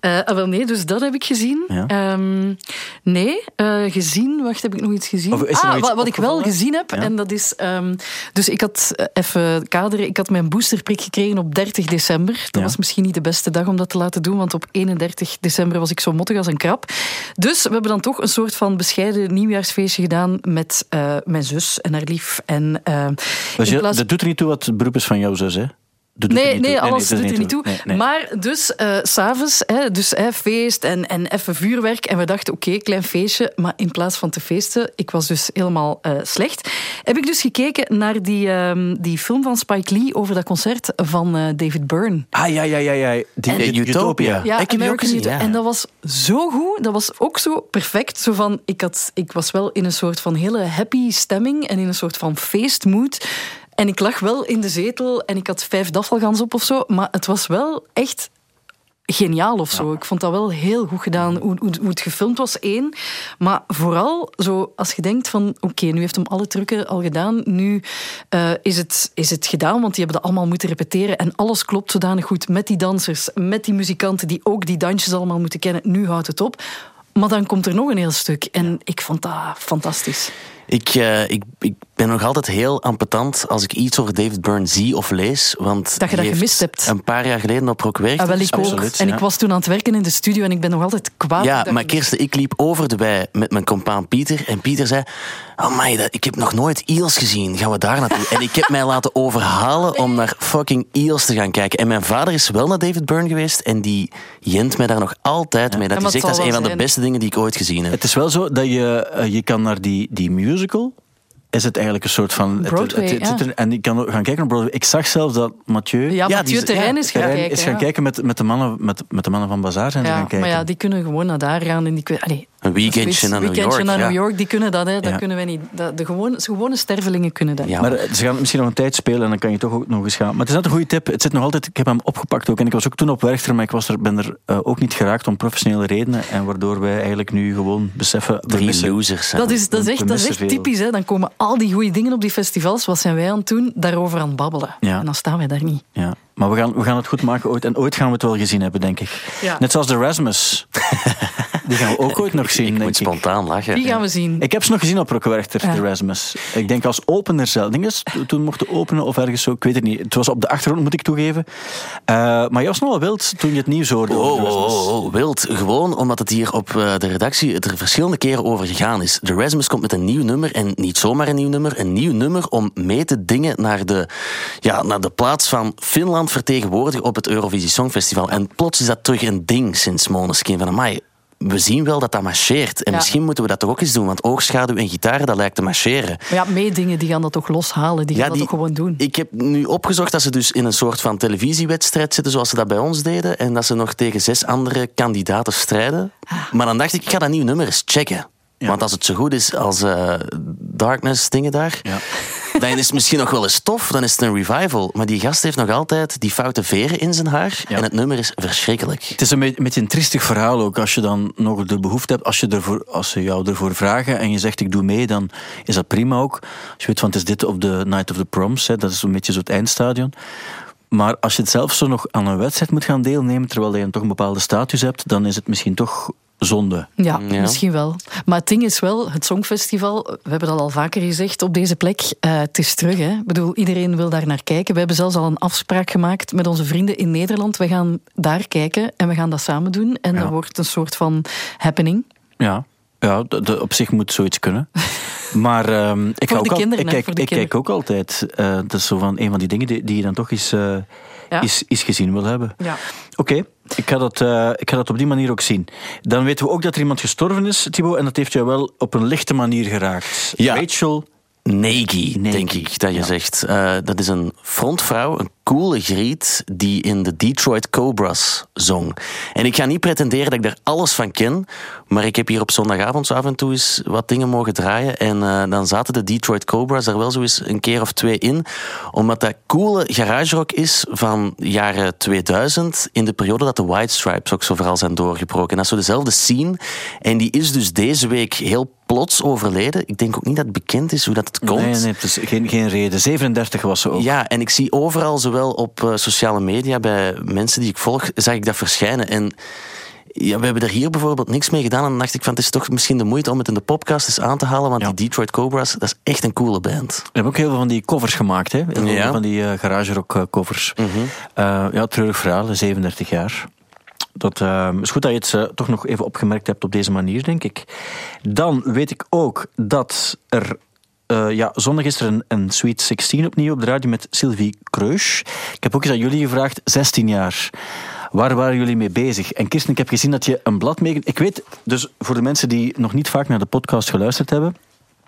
Uh, ah, wel nee, dus dat heb ik gezien. Ja. Um, nee, uh, gezien, wacht, heb ik nog iets gezien? Of is er ah, nog iets wat, wat ik wel gezien heb, ja. en dat is... Um, dus ik had, uh, even kaderen, ik had mijn boosterprik gekregen op dertig december. Dat ja. was misschien niet de beste dag om dat te laten doen, want op eenendertig december was ik zo mottig als een krab. Dus we hebben dan toch een soort van bescheiden nieuwjaarsfeestje gedaan met uh, mijn zus en haar lief. En, uh, dus je, plaats... dat doet er niet toe wat het beroep is van jouw zus, hè? Nee, nee, nee, alles nee, doet er niet toe. Nee, nee. Maar dus, uh, s'avonds, dus hè, feest en, en even vuurwerk. En we dachten, oké, okay, klein feestje. Maar in plaats van te feesten, ik was dus helemaal uh, slecht. Heb ik dus gekeken naar die, um, die film van Spike Lee over dat concert van uh, David Byrne. Ah, ja, ja, ja. ja. Die, en, Utopia. Utopia. Ja, ik heb die ook gezien, Utopia. ja. En dat was zo goed. Dat was ook zo perfect. Zo van, ik, had, ik was wel in een soort van hele happy stemming en in een soort van feestmood. En ik lag wel in de zetel en ik had vijf daffelgans op of zo. Maar het was wel echt geniaal of zo. Ja. Ik vond dat wel heel goed gedaan. Hoe, hoe, hoe het gefilmd was, één. Maar vooral, zo, als je denkt van... Oké, okay, nu heeft hem alle trucken al gedaan. Nu uh, is, het, is het gedaan, want die hebben dat allemaal moeten repeteren. En alles klopt zodanig goed met die dansers, met die muzikanten die ook die dansjes allemaal moeten kennen. Nu houdt het op. Maar dan komt er nog een heel stuk. En ja. ik vond dat fantastisch. Ik, uh, ik, ik ben nog altijd heel ambetant als ik iets over David Byrne zie of lees. Want dat je dat gemist hebt. Een paar jaar geleden op Rock werkte. Ah, wel, ik ook. En ja. ik was toen aan het werken in de studio en ik ben nog altijd kwaad. Ja, maar Kirsten, ik liep over de wei met mijn compaan Pieter. En Pieter zei... Oh my, ik heb nog nooit Eels gezien. Gaan we daar naartoe? En ik heb mij laten overhalen om naar fucking Eels te gaan kijken. En mijn vader is wel naar David Byrne geweest. En die jent mij daar nog altijd ja. mee. Dat hij zegt, dat is een van de beste dingen die ik ooit gezien heb. Het is wel zo dat je, uh, je kan naar die, die musical... is het eigenlijk een soort van... Broadway, het, het, het, het, ja. En ik kan gaan kijken naar Broadway. Ik zag zelfs dat Mathieu... Ja, ja Mathieu Terrein is gaan Terrein kijken. is gaan ja. kijken met, met, de mannen, met, met de mannen van Bazaar. Zijn ja, ze gaan kijken. Maar ja, die kunnen gewoon naar daar gaan. En die, allee, een weekendje naar New York. weekendje naar ja. New York, die kunnen dat. Hè. Dat ja. kunnen wij niet. Dat, de gewone, gewone stervelingen kunnen dat. Ja, maar ze gaan misschien nog een tijd spelen en dan kan je toch ook nog eens gaan. Maar het is net een goede tip. Het zit nog altijd... Ik heb hem opgepakt ook. En ik was ook toen op Werchter, maar ik was er, ben er uh, ook niet geraakt om professionele redenen. En waardoor wij eigenlijk nu gewoon beseffen... Drie missen, losers. Dat is, dat is echt, dat is echt typisch. Hè. Dan komen al die goede dingen op die festivals. Wat zijn wij aan het doen? Daarover aan het babbelen. Ja. En dan staan wij daar niet. Ja. Maar we gaan, we gaan het goed maken ooit. En ooit gaan we het wel gezien hebben, denk ik. Ja. Net zoals de Erasmus. Die gaan we ook ooit nog zien, ik denk moet ik. spontaan lachen. Die gaan we zien. Ik heb ze nog gezien op Rockwerchter, ja. de Erasmus. Ik denk als opener zelf. Ik denk dat toen mochten openen of ergens zo. Ik weet het niet. Het was op de achtergrond, moet ik toegeven. Uh, maar je was nog wel wild toen je het nieuws hoorde. Oh, oh, oh, oh, wild. Gewoon omdat het hier op uh, de redactie het er verschillende keren over gegaan is. De Erasmus komt met een nieuw nummer. En niet zomaar een nieuw nummer. Een nieuw nummer om mee te dingen naar de, ja, naar de plaats van Finland vertegenwoordigen op het Eurovisie Songfestival. En plots is dat terug een ding sinds Måneskin van amai. We zien wel dat dat marcheert. En ja. misschien moeten we dat toch ook eens doen. Want oogschaduw en gitaar, dat lijkt te marcheren. Maar ja, meedingen die gaan dat toch loshalen. Die gaan ja, die, dat toch gewoon doen. Ik heb nu opgezocht dat ze dus in een soort van televisiewedstrijd zitten, zoals ze dat bij ons deden. En dat ze nog tegen zes andere kandidaten strijden. Ah. Maar dan dacht ik, ik ga dat nieuwe nummer eens checken. Ja. Want als het zo goed is als uh, Darkness dingen daar, ja. dan is het misschien nog wel eens tof, dan is het een revival. Maar die gast heeft nog altijd die foute veren in zijn haar ja. en het nummer is verschrikkelijk. Het is een beetje, een beetje een triestig verhaal ook, als je dan nog de behoefte hebt, als, je ervoor, als ze jou ervoor vragen en je zegt ik doe mee, dan is dat prima ook. Als je weet van het is dit of de Night of the Proms, hè, dat is een beetje zo het eindstadion. Maar als je het zelf zo nog aan een wedstrijd moet gaan deelnemen, terwijl je toch een bepaalde status hebt, dan is het misschien toch zonde. Ja, ja, misschien wel. Maar het ding is wel, het Songfestival, we hebben dat al vaker gezegd op deze plek, uh, het is terug. Hè. Ik bedoel, iedereen wil daar naar kijken. We hebben zelfs al een afspraak gemaakt met onze vrienden in Nederland. We gaan daar kijken en we gaan dat samen doen. En ja. dat wordt een soort van happening. Ja, ja de, de, op zich moet zoiets kunnen. Maar um, ik, ga ook al, kinderen, ik, kijk, ik kijk ook altijd. Uh, dat is zo van een van die dingen die, die je dan toch eens, uh, ja. eens, eens gezien wil hebben. Ja. Oké, okay, ik, uh, ik ga dat op die manier ook zien. Dan weten we ook dat er iemand gestorven is, Thibaut, en dat heeft jou wel op een lichte manier geraakt. Ja. Rachel Nagy, denk ik dat je ja. zegt. Uh, dat is een frontvrouw, een coole griet die in de Detroit Cobras zong. En ik ga niet pretenderen dat ik daar alles van ken, maar ik heb hier op zondagavond zo af en toe eens wat dingen mogen draaien en uh, dan zaten de Detroit Cobras er wel zo eens een keer of twee in, omdat dat coole garagerock is van jaren tweeduizend, in de periode dat de White Stripes ook zo vooral zijn doorgebroken. En dat is zo dezelfde scene en die is dus deze week heel plots overleden. Ik denk ook niet dat het bekend is hoe dat het komt. Nee, nee, het is geen, geen reden. zevenendertig was ze ook. Ja, en ik zie overal, zowel op uh, sociale media, bij mensen die ik volg, zag ik dat verschijnen. En Ja, we hebben er hier bijvoorbeeld niks mee gedaan. En dan dacht ik van, het is toch misschien de moeite om het in de podcast eens aan te halen. Want Ja. die Detroit Cobras, dat is echt een coole band. We hebben ook heel veel van die covers gemaakt, hè? Heel veel Ja. van die uh, garage rock uh, covers. Mhm. Uh, ja, treurig verhaal, zevenendertig jaar. Dat uh, is goed dat je het uh, toch nog even opgemerkt hebt op deze manier, denk ik. Dan weet ik ook dat er... Uh, ja, zondag is er een, een Sweet zestien opnieuw op de radio met Sylvie Kreusch. Ik heb ook eens aan jullie gevraagd, zestien jaar. Waar waren jullie mee bezig? En Kirsten, ik heb gezien dat je een blad mee... Ik weet, dus voor de mensen die nog niet vaak naar de podcast geluisterd hebben...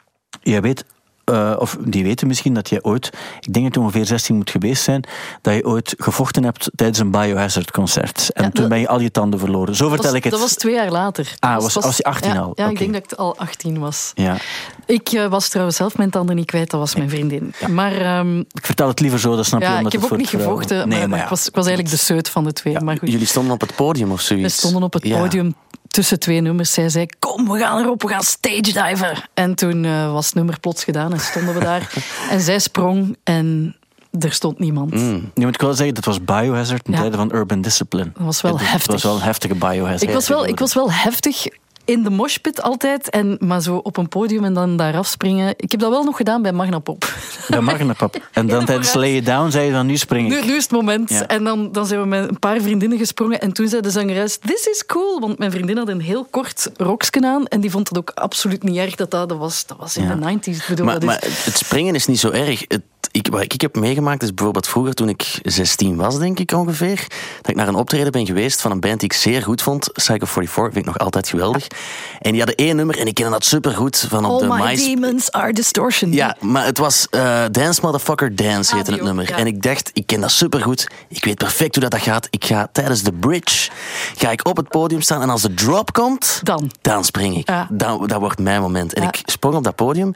Jij weet... Uh, of die weten misschien dat je ooit, ik denk dat je ongeveer zestien moet geweest zijn, dat je ooit gevochten hebt tijdens een Biohazard concert. En Ja, toen dat, ben je al je tanden verloren. Zo vertel was, ik het. Dat was twee jaar later. Ah, dat was, was je achttien ja, al? Ja, okay. ik denk dat ik al achttien was. Ja. Ik uh, was trouwens zelf mijn tanden niet kwijt, dat was mijn vriendin. Ja. Maar, um, ik vertel het liever zo, dat snap je. Ja, omdat ik heb het ook niet voor gevochten, nee, maar, maar maar ja. ik, was, ik was eigenlijk de seut van de twee. Ja. Maar goed. Jullie stonden op het podium of zoiets? We stonden op het Ja. podium tussen twee nummers. Zij zei, kom, we gaan erop, we gaan stage diven. En toen uh, was het nummer plots gedaan en stonden we daar. En zij sprong en er stond niemand. Mm. Nu moet ik wel zeggen, dat was Biohazard in Ja. tijden van Urban Discipline. Dat was wel het, heftig. Het was wel een heftige Biohazard. Ik was wel, ik was wel heftig in de moshpit altijd, en, maar zo op een podium en dan daar afspringen. Ik heb dat wel nog gedaan bij Magnapop. Bij Magnapop. En dan de tijdens vooruit. Lay It Down zei je dan, nu spring ik. Nu, nu is het moment. Ja. En dan, dan zijn we met een paar vriendinnen gesprongen. En toen zei de zangeres, this is cool. Want mijn vriendin had een heel kort roksken aan. En die vond het ook absoluut niet erg dat dat, dat was. Dat was in Ja. de negentig. Ik bedoel, Maar, dat is... maar het springen is niet zo erg. Het, ik, wat ik heb meegemaakt is bijvoorbeeld vroeger, toen ik zestien was, denk ik ongeveer, dat ik naar een optreden ben geweest van een band die ik zeer goed vond. Psycho vierenveertig, vind ik nog altijd geweldig. En die hadden één nummer en ik kende dat supergoed van op All de my MySpace. demons are distortion. Ja, maar het was uh, Dance Motherfucker Dance, Ah, heette het die ook, nummer. ja. En ik dacht, ik ken dat supergoed. Ik weet perfect hoe dat, dat gaat. Ik ga tijdens de bridge ga ik op het podium staan en als de drop komt, Dan. dan spring ik. Ja. Dan, dat wordt mijn moment. En Ja. ik sprong op dat podium.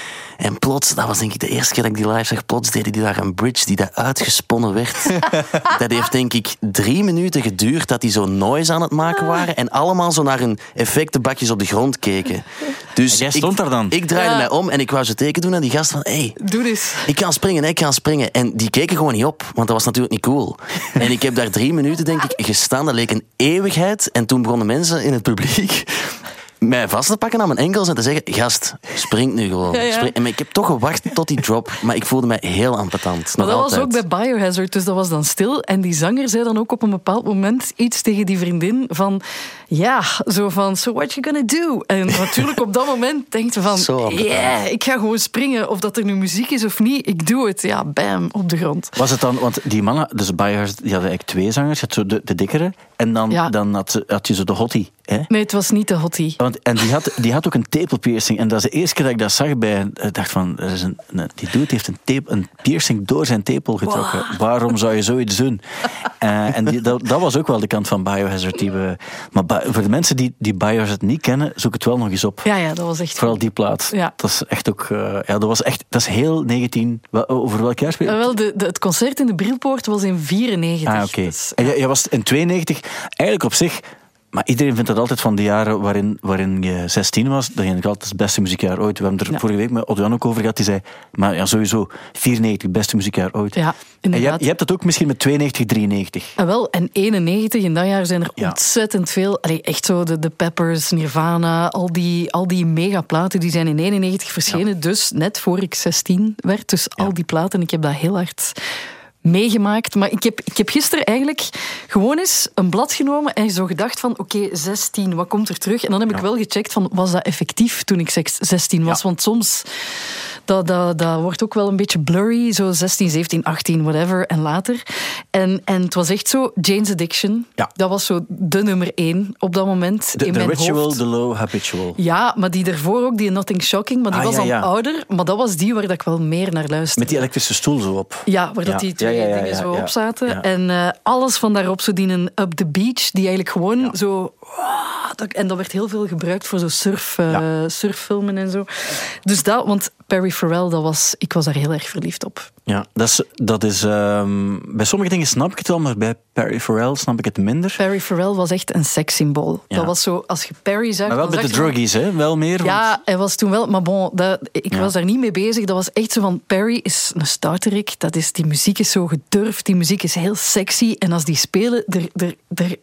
En plots, dat was denk ik de eerste keer dat ik die live zag, plots deden die daar een bridge die daar uitgesponnen werd. Dat heeft denk ik drie minuten geduurd dat die zo noise aan het maken waren en allemaal zo naar hun effectenbakjes op de grond keken. Dus En jij ik- stond daar dan? Ik draaide Ja. mij om en ik wou ze teken doen aan die gast van, hey, Doe eens. ik ga springen, ik ga springen. En die keken gewoon niet op, want dat was natuurlijk niet cool. En ik heb daar drie minuten, denk ik, gestaan. Dat leek een eeuwigheid. En toen begonnen mensen in het publiek mij vast te pakken aan mijn enkels en te zeggen, gast, spring nu gewoon. Ja, ja. Spring. En ik heb toch gewacht tot die drop, maar ik voelde mij heel ambetant. Maar Nog dat was altijd. ook bij Biohazard, dus dat was dan stil. En die zanger zei dan ook op een bepaald moment iets tegen die vriendin van... Ja, zo van, so what you gonna do? En natuurlijk op dat moment denkt ze van... Zo ambetant. Yeah, ik ga gewoon springen. Of dat er nu muziek is of niet, ik doe het. Ja, bam, op de grond. Was het dan, want die mannen, dus Biohazard, die hadden eigenlijk twee zangers. Je had zo de, de dikkere en dan, Ja. dan had, ze- had je zo de hottie. Hè? Nee, het was niet de hottie. Want, en die had, die had ook een tepelpiercing. En dat is de eerste keer dat ik dat zag bij... Ik dacht van, er is een, een- die dude heeft een, tape, een piercing door zijn tepel getrokken. Waarom zou je zoiets doen? Uh, en die, dat, dat was ook wel de kant van Biohazard. Die we, maar bi- voor de mensen die, die Biohazard niet kennen, zoek het wel nog eens op. Ja, ja, dat was echt... Vooral die plaat. Ja. Dat is echt ook... Uh, ja, dat was echt... Dat is heel negentien... wel, Over welk jaar speel je? Uh, wel, de, de, het concert in de Brilpoort was in vierennegentig. Ah, oké. Dus, En jij, jij was in tweeënnegentig eigenlijk op zich... Maar iedereen vindt dat altijd van de jaren waarin, waarin je zestien was, dat je altijd het beste muziekjaar ooit. We hebben er Ja. vorige week met Odjan ook over gehad. Die zei, maar ja, sowieso, vierennegentig, beste muziekjaar ooit. ja, En je, inderdaad. hebt- je hebt dat ook misschien met tweeënnegentig, drieënnegentig. En wel, en eenennegentig, in dat jaar zijn er Ja. ontzettend veel... Allee, echt zo, de, de Peppers, Nirvana, al die, al die megaplaten, die zijn in eenennegentig verschenen. Dus net voor ik zestien werd. Dus al die platen, ik heb dat heel hard meegemaakt. Maar ik heb, ik heb gisteren eigenlijk gewoon eens een blad genomen en zo gedacht van, oké, zestien, wat komt er terug? En dan heb ik wel gecheckt van, was dat effectief toen ik zestien was? Ja. Want soms... Dat, dat, dat wordt ook wel een beetje blurry, zo zestien, zeventien, achttien, whatever, en later. En, en het was echt zo, Jane's Addiction, Ja. dat was zo de nummer één op dat moment De, in de mijn ritual, hoofd. de low habitual. Ja, maar die daarvoor ook, die Nothing Shocking, maar die Ah, was ja, al ja. ouder, maar dat was die waar dat ik wel meer naar luisterde. Met die elektrische stoel zo op. Ja, waar Ja. dat die twee Ja, ja, ja, dingen ja, zo ja. op zaten. Ja. En eh, alles van daarop, zo die een Up the Beach, die eigenlijk gewoon zo... dat- En dat werd heel veel gebruikt voor zo surf, eh, Ja. surffilmen en zo. Dus dat, want Perry Farrell, dat was, ik was daar heel erg verliefd op. Ja, dat is... Dat is ehm, bij sommige dingen snap ik het wel, maar bij Perry Farrell snap ik het minder. Perry Farrell was echt een sekssymbool. Ja. Dat was zo, als je Perry zag... Maar wel dan bij de zag je- druggies, hè? Wel meer. want- Ja, hij was toen wel... Maar bon, dat, ik Ja. was daar niet mee bezig. Dat was echt zo van... Perry is een stouterik. Dat is, die muziek is zo gedurfd. Die muziek is heel sexy. En als die spelen... Er, er, er,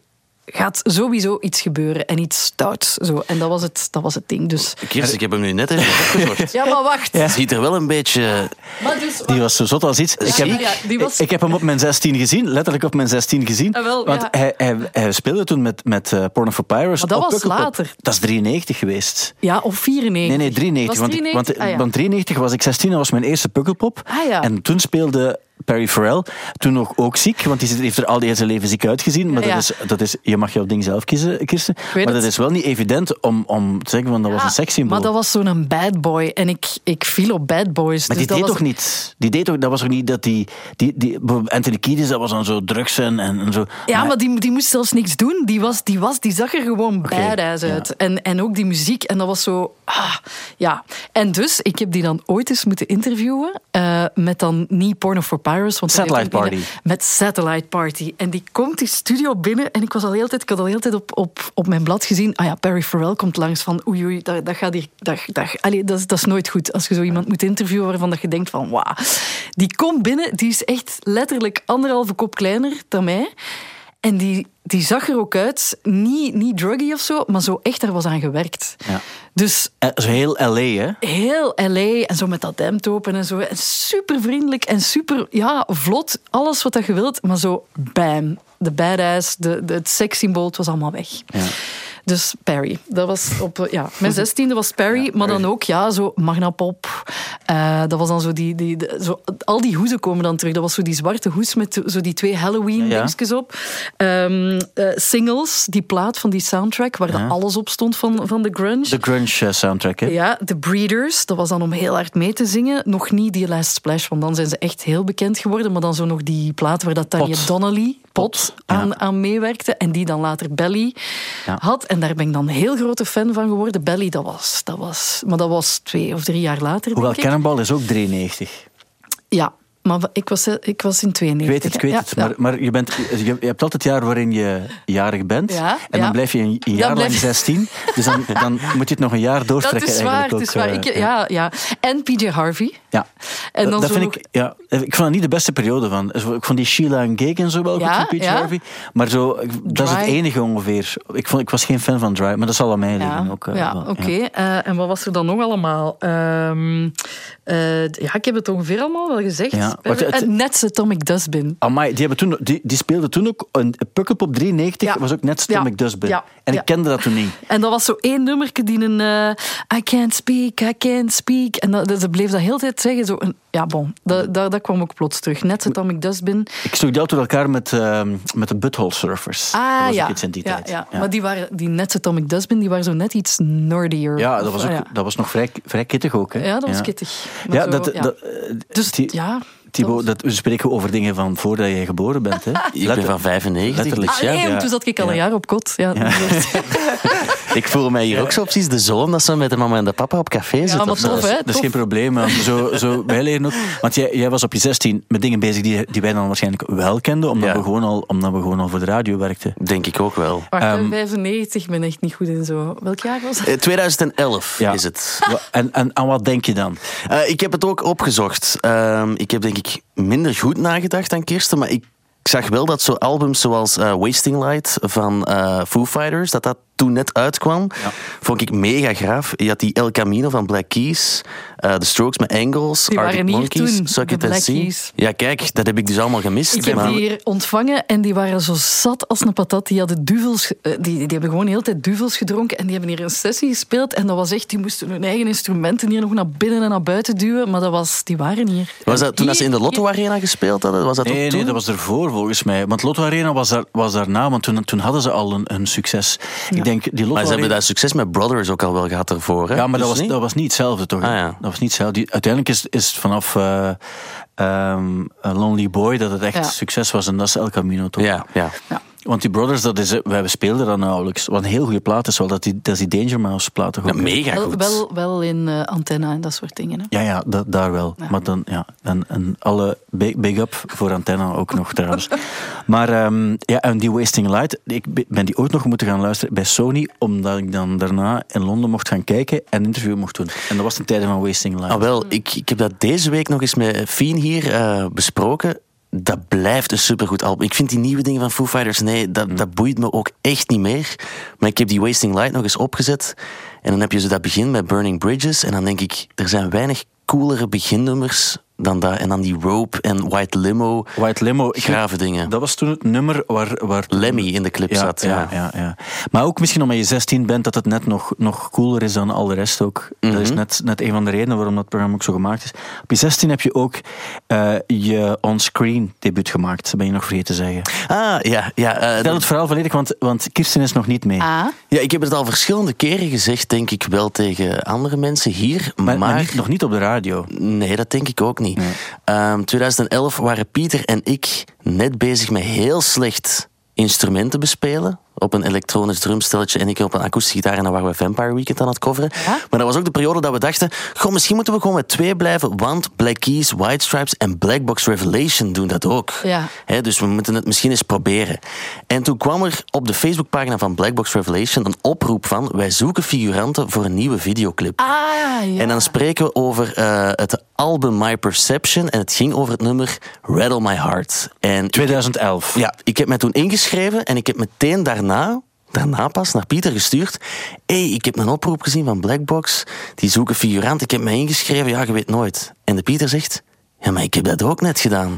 gaat sowieso iets gebeuren en iets stouts. Zo. En dat was het, dat was het ding. Dus... Kirsten, ik heb hem nu net even opgezocht. Ja, maar wacht. Het ziet er wel een beetje... Maar dus, Die was zo zot als iets. Ik heb, Ja, die was- ik, ik heb hem op mijn zestien gezien, letterlijk op mijn zestien gezien. Ah, wel, want ja. hij, hij, hij speelde toen met, met uh, Porno for Pirates. Maar dat op was Pukkelpop. later. Dat is drieënnegentig geweest. Ja, of vierennegentig. Nee, nee, drieënnegentig. Was Want, drieënnegentig? want, Ah, ja. want drieënnegentig was ik zestien, dat was mijn eerste Pukkelpop. Ah, ja. En toen speelde Perry Farrell, toen nog ook ziek, want die heeft er al die zijn leven ziek uitgezien. Maar Ja, ja. dat, is, dat is, je mag jouw ding zelf kiezen, Kirsten. Maar het. dat is wel niet evident om, om te zeggen, van dat was een sekssymbool. Maar dat was zo'n bad boy. En ik, ik viel op bad boys. Maar dus die dat deed was... toch niet? Die deed toch, dat was toch niet dat die, die, die Anthony Kiedis, dat was dan zo drugs en, en zo. Ja, maar die, die moest zelfs niks doen. Die, was, die, was, die zag er gewoon Oké, badass ja. uit. En, en ook die muziek. En dat was zo... Ah, ja. En dus, ik heb die dan ooit eens moeten interviewen. Uh, met dan niet Porno for Pirates. Want Satellite hij heeft ook Party. een- Met Satellite Party. En die komt die studio binnen. En ik was al heel tijd, ik had al heel tijd op, op, op mijn blad gezien. Ah ja, Perry Farrell komt langs van... Oei, oei, dat, dat gaat hier... Dat, dat, allee, dat, is, dat is nooit goed. Als je zo iemand moet interviewen waarvan dat je denkt van... Wauw. Die komt binnen. Die is echt letterlijk anderhalve kop kleiner dan mij. En die, die zag er ook uit, niet, niet druggy of zo, maar zo echt, daar was aan gewerkt. Ja. Dus Eh, Zo heel L A, hè? heel L A en zo met dat hemd en zo. En super vriendelijk en super ja, vlot. Alles wat dat je wilt, maar zo bam. De badass, de, de, het sekssymbool, het was allemaal weg. Ja. Dus Perry, dat was op ja, mijn zestiende was Perry, Ja, maar Perry. dan ook ja, zo Magnapop. Uh, dat was dan zo die, die, de- zo, al die hoezen komen dan terug. Dat was zo die zwarte hoes met zo die twee Halloween Ja, ja. dingetjes op. Um, uh, singles, die plaat van die soundtrack waar Ja. dan alles op stond van, van de grunge. De grunge eh, soundtrack, hè? Ja, The Breeders, dat was dan om heel hard mee te zingen. Nog niet die Last Splash, want dan zijn ze echt heel bekend geworden. Maar dan zo nog die plaat waar dat Tanya Pot. Donnelly, Pot, Pot, ja. aan, aan meewerkte. En die dan later Belly Ja. had. En daar ben ik dan een heel grote fan van geworden. Belly, dat was... Dat was maar dat was twee of drie jaar later, Hoewel denk ik. Cannonball is ook drieënnegentig. Ja, maar ik was, ik was in Ik tweeënnegentig. weet het, ik weet Ja, het. ja. Maar, maar je, bent, je, je hebt altijd het jaar waarin je jarig bent. Ja, en ja. dan blijf je een, een jaar Dan lang blijf je- zestien. Dus dan, dan moet je het nog een jaar Dat doorstrekken. is waar, eigenlijk het is ook, waar. eh, Ik, ja, ja. En P J Harvey. Ja. En dan dat dat zo vind nog- ik, ja, ik vond dat niet de beste periode van. Ik vond die Sheila en Gig en zo wel Ja, goed van P J ja. Harvey. Maar zo, dat is het Dry. enige ongeveer. Ik, vond, ik was geen fan van Dry, maar dat zal aan mij liggen Ja, ook. eh, ja wel, oké. Eh, en wat was er dan nog allemaal? Ehm, eh, ja, ik heb het ongeveer allemaal wel gezegd. Ja, wacht, het- En Net's Atomic Dustbin. Amai, die, hebben toen, die, die speelde toen ook... Een Pukkelpop drieënnegentig Ja. was ook net Atomic Ja. Dustbin. Ja. En Ja. ik kende dat toen niet. En dat was zo één nummerke die een... eh, I can't speak, I can't speak. En dat, dat- ze bleef dat heel de tijd zeggen. Zo een, ja, bon. Dat, dat, dat kwam ook plots terug. Net's Atomic Dustbin. Ik sloeg die altijd door elkaar met, ehm, met de Butthole Surfers. dat Ah, was ja. ook iets in die ja, tijd. ja. Maar die, waren, die Net's Atomic Dustbin, die waren zo net iets nerdier. Ja, dat Of, was, ook, ja. dat was nog vrij, vrij kittig ook. Hè? Ja, dat was kittig. Maar Ja, zo, dat, ja. dat, eh, Dus Thi- ja... Thibaut, dat was- dat, we spreken over dingen van voordat jij geboren bent. Hè? Ik ben Letter- van vijfennegentig. letterlijk. Ah, nee, ja, want ja. toen zat ik al Ja. een jaar op kot. Ja, Ja. Ik voel mij hier ook zo precies de zoon dat ze met de mama en de papa op café zitten. maar of zo. tof, hè? Dat is Tof. geen probleem. Want zo, zo, wij leren ook. Want jij, jij was op je zestien met dingen bezig die, die wij dan waarschijnlijk wel kenden, omdat, Ja. we gewoon al, omdat we gewoon al voor de radio werkten. Denk ik ook wel. Wacht, hè, Ehm, vijfennegentig, ik ben echt niet goed in zo. Welk jaar was het? Eh, tweeduizend elf Ja. is het. Wa- En, en aan wat denk je dan? Eh, ik heb het ook opgezocht. Ehm, ik heb denk ik minder goed nagedacht dan Kirsten, maar ik zag wel dat zo albums zoals eh, Wasting Light van eh, Foo Fighters, dat dat toen net uitkwam, Ja. vond ik mega gaaf. Je had die El Camino van Black Keys, eh The Strokes met Angles, Die Arctic waren hier Monkeys, toen, Suck de It and Black See. Keys. Ja, kijk, dat heb ik dus allemaal gemist. Ik heb maar- die hier ontvangen en die waren zo zat als een patat. Die hadden duvels, eh, die, die hebben gewoon de hele tijd duvels gedronken en die hebben hier een sessie gespeeld en dat was echt, die moesten hun eigen instrumenten hier nog naar binnen en naar buiten duwen, maar dat was, die waren hier. Was dat toen Hier- ze in de Lotto Arena gespeeld hadden? Was dat ook Nee, toen? nee, dat was ervoor volgens mij. Want Lotto Arena was, daar, was daarna, want toen, toen hadden ze al een, een succes. Ik denk, die Lotto Maar ze Arena... hebben dat succes met Brothers ook al wel gehad ervoor. Hè? Ja, maar dat Dus was, niet? dat was niet hetzelfde, toch? Ah, hè? ja. Dat was niet hetzelfde. Die, uiteindelijk is, is het vanaf eh, ehm, A Lonely Boy dat het echt Ja. succes was. En dat is El Camino, toch? Ja, ja. Want die Brothers, dat is, wij speelden dat nauwelijks. Wat een heel goede plaat is wel, dat die, dat is die Danger Mouse plaat toch Ja, ook. hè? mega Wel, goed. wel, wel in eh, Antenna en dat soort dingen. Hè. Ja, ja, da- daar wel. Ja. Maar dan, ja, en, en alle big, big up voor Antenna ook nog trouwens. Maar ehm, ja, en die Wasting Light, ik be- ben die ook nog moeten gaan luisteren bij Sony, omdat ik dan daarna in Londen mocht gaan kijken en een interview mocht doen. En dat was ten tijde van Wasting Light. Ah, wel, ik, ik heb dat deze week nog eens met Fien hier eh, besproken. dat blijft een supergoed album. Ik vind die nieuwe dingen van Foo Fighters, nee, dat, dat boeit me ook echt niet meer. Maar ik heb die Wasting Light nog eens opgezet. En dan heb je zo dat begin met Burning Bridges. En dan denk ik, er zijn weinig coolere beginnummers dan dat. En dan die Rope en White Limo. White Limo. Ik grave weet, dingen. Dat was toen het nummer waar... waar Lemmy in de clip ja, zat. Ja. Ja, ja, ja. Maar ook misschien omdat je zestien bent, dat het net nog, nog cooler is dan al de rest ook. Mm-hmm. Dat is net, net een van de redenen waarom dat programma ook zo gemaakt is. Op je zestien heb je ook uh, je on-screen debuut gemaakt. Dat ben je nog vergeten te zeggen. Ah, ja. ja uh, Vertel het verhaal volledig, want, want Kirsten is nog niet mee. Ah. Ja, ik heb het al verschillende keren gezegd, denk ik wel tegen andere mensen hier. Maar, maar... maar niet, nog niet op de radio. Nee, dat denk ik ook niet. Nee. Um, twintig elf waren Pieter en ik net bezig met heel slecht instrumenten bespelen. Op een elektronisch drumstelletje en ik op een akoestische gitaar. En dan waren we Vampire Weekend aan het coveren. Ja? Maar dat was ook de periode dat we dachten... Goh, misschien moeten we gewoon met twee blijven. Want Black Keys, White Stripes en Black Box Revelation doen dat ook. Ja. He, dus we moeten het misschien eens proberen. En toen kwam er op de Facebookpagina van Black Box Revelation een oproep van... Wij zoeken figuranten voor een nieuwe videoclip. Ah, ja. En dan spreken we over uh, het album My Perception. En het ging over het nummer Rattle My Heart. En twintig elf. Ik, ja, ik heb mij toen ingeschreven en ik heb meteen daarna... Daarna pas naar Pieter gestuurd. Hé, hey, ik heb een oproep gezien van Blackbox. Die zoeken figurant. Ik heb mij ingeschreven. Ja, je weet nooit. En de Pieter zegt... Ja, maar ik heb dat ook net gedaan.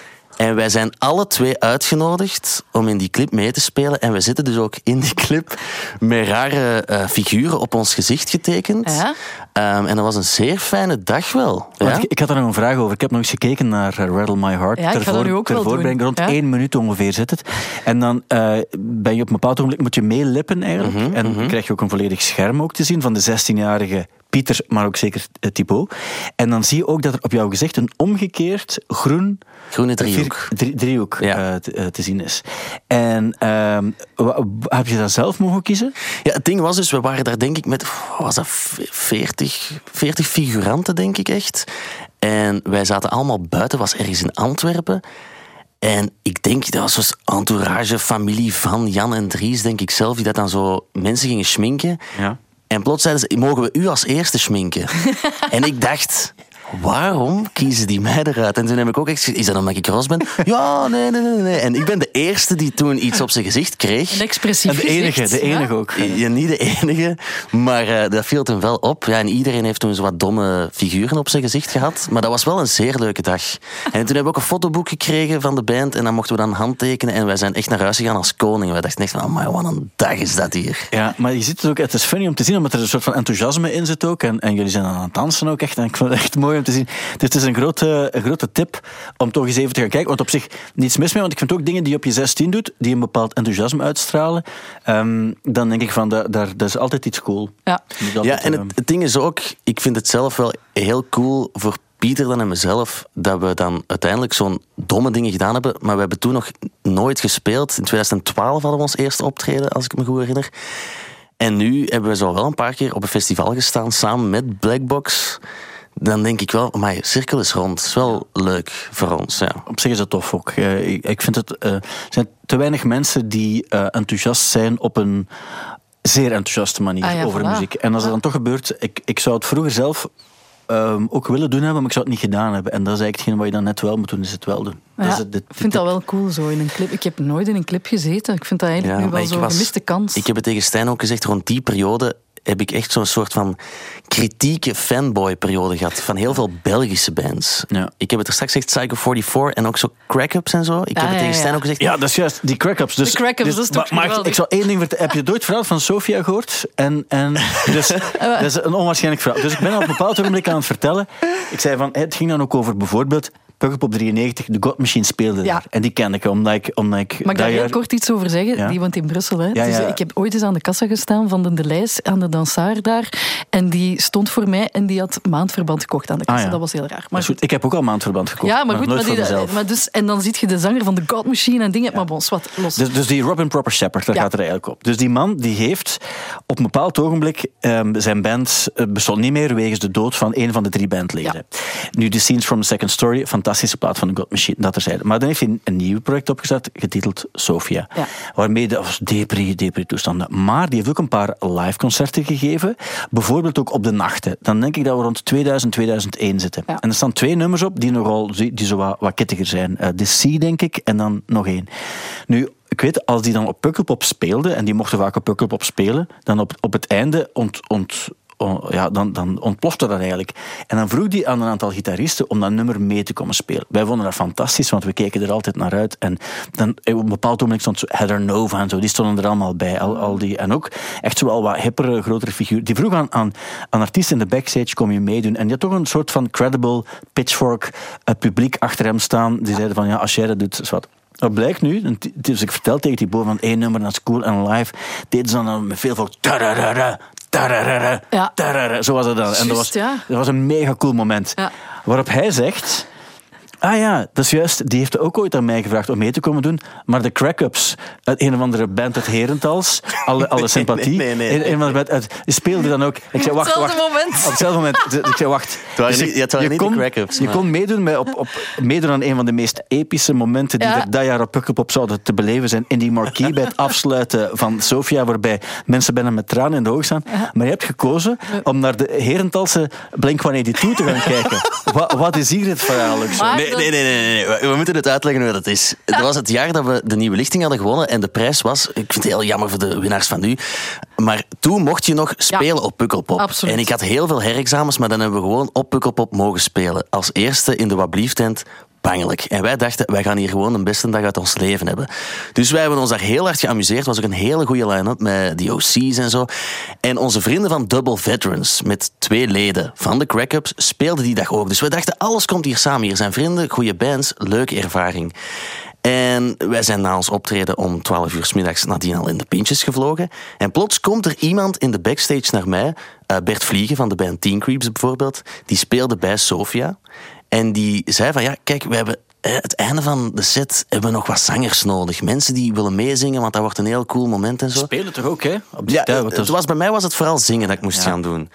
En wij zijn alle twee uitgenodigd om in die clip mee te spelen. En we zitten dus ook in die clip met rare uh, figuren op ons gezicht getekend. Ja? Um, en dat was een zeer fijne dag wel. Ja? Ja? Ik, ik had er nog een vraag over. Ik heb nog eens gekeken naar uh, Rattle My Heart. Ja, ik ga dat nu ook wel doen. Rond ja? één minuut ongeveer zit het. En dan uh, ben je op een bepaald ogenblik moet je meelippen eigenlijk. Mm-hmm, en mm-hmm. krijg je ook een volledig scherm ook te zien van de zestienjarige Pieter, maar ook zeker uh, Thibaut. En dan zie je ook dat er op jouw gezicht een omgekeerd groen... Groene driehoek. Vier, drie, driehoek ja. uh, te, uh, te zien is. En uh, w- heb je dat zelf mogen kiezen? Ja, het ding was dus, we waren daar denk ik met, was dat veertig, veertig figuranten denk ik echt. En wij zaten allemaal buiten, was ergens in Antwerpen. En ik denk, dat was zo'n entourage, familie van Jan en Dries, denk ik zelf, die dat dan zo mensen gingen schminken. Ja. En plots zeiden ze, mogen we u als eerste schminken? En ik dacht... Waarom kiezen die mij eruit? En toen heb ik ook echt gezegd, is dat omdat ik ros ben? Ja, nee, nee, nee, nee. En ik ben de eerste die toen iets op zijn gezicht kreeg. Een expressief en de enige, gezicht, de enige ja? ook. Ja, niet de enige, maar uh, dat viel toen wel op. Ja, en iedereen heeft toen zo wat domme figuren op zijn gezicht gehad. Maar dat was wel een zeer leuke dag. En toen hebben we ook een fotoboek gekregen van de band. En dan mochten we dan handtekenen. En wij zijn echt naar huis gegaan als koning. Wij dachten echt van, oh my, wat een dag is dat hier. Ja, maar je ziet het ook, het is funny om te zien, omdat er een soort van enthousiasme in zit ook. En, en jullie zijn aan het dansen ook echt. En ik vond het echt mooi om te zien. Dus het is een grote, een grote tip om toch eens even te gaan kijken. Want op zich niets mis mee, want ik vind ook dingen die je op je zestien doet, die een bepaald enthousiasme uitstralen. Um, dan denk ik van, daar, daar, dat is altijd iets cool. Ja, altijd, ja en het, het ding is ook, ik vind het zelf wel heel cool voor Pieter dan en mezelf, dat we dan uiteindelijk zo'n domme dingen gedaan hebben, maar we hebben toen nog nooit gespeeld. In twintig twaalf hadden we ons eerste optreden, als ik me goed herinner. En nu hebben we zo wel een paar keer op een festival gestaan, samen met Blackbox. Dan denk ik wel, maar cirkel is rond. Het is wel leuk voor ons, ja. Op zich is het tof ook. Uh, ik, ik vind het... Uh, er zijn te weinig mensen die uh, enthousiast zijn op een zeer enthousiaste manier ah, ja, over voilà. muziek. En als ja. dat dan toch gebeurt... Ik, ik zou het vroeger zelf um, ook willen doen hebben, maar ik zou het niet gedaan hebben. En dat is eigenlijk hetgeen wat je dan net wel moet doen, is het wel doen. Ja, dat is het, dit, ik vind dat wel cool zo in een clip. Ik heb nooit in een clip gezeten. Ik vind dat eigenlijk ja, nu wel zo'n was, gemiste kans. Ik heb het tegen Stijn ook gezegd, rond die periode heb ik echt zo'n soort van kritieke fanboy-periode gehad van heel veel Belgische bands. Ja. Ik heb het er straks gezegd, Psycho vierenveertig en ook zo Crack-Ups en zo. Ik Ah, heb het ja, tegen Stijn ja. ook gezegd. Ja, dat is juist, die crack-ups. Dus, De crack-ups, dus, dat is toch maar, maar geweldig. ik zal één ding vertellen. Heb je nooit het verhaal van Sofia gehoord? En, en, dus, dat is een onwaarschijnlijk verhaal. Dus ik ben op een bepaald ogenblik aan het vertellen. Ik zei van, het ging dan ook over bijvoorbeeld Pukkelpop drieënnegentig, de God Machine speelde Ja. daar. En die ken ik, omdat ik... Omdat ik Mag ik daar heel jaar... kort iets over zeggen? Ja. Die woont in Brussel. Hè? Ja, Dus, ja. ik heb ooit eens aan de kassa gestaan van de Delijs, aan de dansaar daar. En die stond voor mij en die had maandverband gekocht aan de kassa. Ah, ja. Dat was heel raar. Maar Maar goed, ik heb ook al maandverband gekocht. ja, maar goed, nooit maar voor die, mezelf. maar dus, en dan zie je de zanger van de God Machine en dingen. Ja. Maar bon, wat los. Dus, dus die Robin Proper Shepherd, daar Ja. gaat er eigenlijk op. Dus die man die heeft op een bepaald ogenblik um, zijn band uh, bestond niet meer wegens de dood van een van de drie bandleden. Ja. Nu, The Scenes from the Second Story, fantastisch fantastische plaat van de God Machine, dat terzijde. Maar dan heeft hij een, een nieuw project opgezet, getiteld Sophia. Ja. Waarmee de was depri, depri toestanden. Maar die heeft ook een paar live concerten gegeven. Bijvoorbeeld ook op de nachten. Dan denk ik dat we rond tweeduizend, tweeduizend één zitten. Ja. En er staan twee nummers op die nogal die zo wat, wat kittiger zijn. Uh, The Sea, denk ik, en dan nog één. Nu, ik weet, als die dan op Pukkelpop speelde, en die mochten vaak op Pukkelpop spelen, dan op, op het einde ont, ont, on, ja, dan, dan ontplofte dat eigenlijk. En dan vroeg hij aan een aantal gitaristen om dat nummer mee te komen spelen. Wij vonden dat fantastisch, want we keken er altijd naar uit. En dan, op een bepaald moment stond zo Heather Nova en zo, die stonden er allemaal bij. Al, al die, en ook echt zo wel wat hippere, grotere figuren. Die vroeg aan, aan, aan artiesten in de backstage, kom je meedoen? En die had toch een soort van credible pitchfork uh, publiek achter hem staan. Die zeiden van, ja, als jij dat doet, is wat. Dat blijkt nu, dus ik vertel tegen die boven van één nummer, dat is cool en live, deden ze dan met veel volk. Tararara, tararara, Ja. tararara, zo was het dan. En dat was, Juist, ja. dat was een mega cool moment. Ja. Waarop hij zegt, ah ja, dat is juist, die heeft ook ooit aan mij gevraagd om mee te komen doen, maar de Crack-Ups, uit een of andere band uit Herentals, alle, alle sympathie, nee, nee, nee. een, een of andere band uit, die speelde dan ook. Ik zei, wacht, Hetzelfde wacht. moment. Op hetzelfde moment. Ik zei, wacht. waren Dus niet- ja, het waren je niet de kon, Crack-Ups, je maar- kon meedoen, met op, op, meedoen aan een van de meest epische momenten die Ja. er dat jaar op Pukkelpop zouden te beleven zijn. In die marquee bij het afsluiten van Sophia, waarbij mensen bijna met tranen in de ogen staan. Maar je hebt gekozen om naar de Herentalse Blink honderdtweeënnegentig toe te gaan kijken. Wat, wat is hier het verhaal? ook zo? Maar- Nee, nee, nee, nee, nee. We- We moeten het uitleggen hoe dat is. Het was het jaar dat we de Nieuwe Lichting hadden gewonnen en de prijs was, ik vind het heel jammer voor de winnaars van nu, maar toen mocht je nog spelen op Pukkelpop. absoluut. En ik had heel veel herexamens, maar dan hebben we gewoon op Pukkelpop mogen spelen. Als eerste in de Wat Blieft tent. Bangelijk. En wij dachten, wij gaan hier gewoon de beste dag uit ons leven hebben. Dus wij hebben ons daar heel hard geamuseerd. Het was ook een hele goede line-up met die O C's en zo. En onze vrienden van Double Veterans, met twee leden van de Crack-Ups, speelden die dag ook. Dus wij dachten, alles komt hier samen. Hier zijn vrienden, goede bands, leuke ervaring. En wij zijn na ons optreden om twaalf uur 's middags nadien al in de pintjes gevlogen. En plots komt er iemand in de backstage naar mij, uh, Bert Vliegen van de band Teen Creeps bijvoorbeeld, die speelde bij Sophia. En die zei van, ja, kijk, we hebben eh, het einde van de set hebben we nog wat zangers nodig. Mensen die willen meezingen, want dat wordt een heel cool moment en zo. Spelen toch ook, hè? Op die Ja, tijd, want dat het is- was, bij mij was het vooral zingen dat ik moest Ja. gaan doen.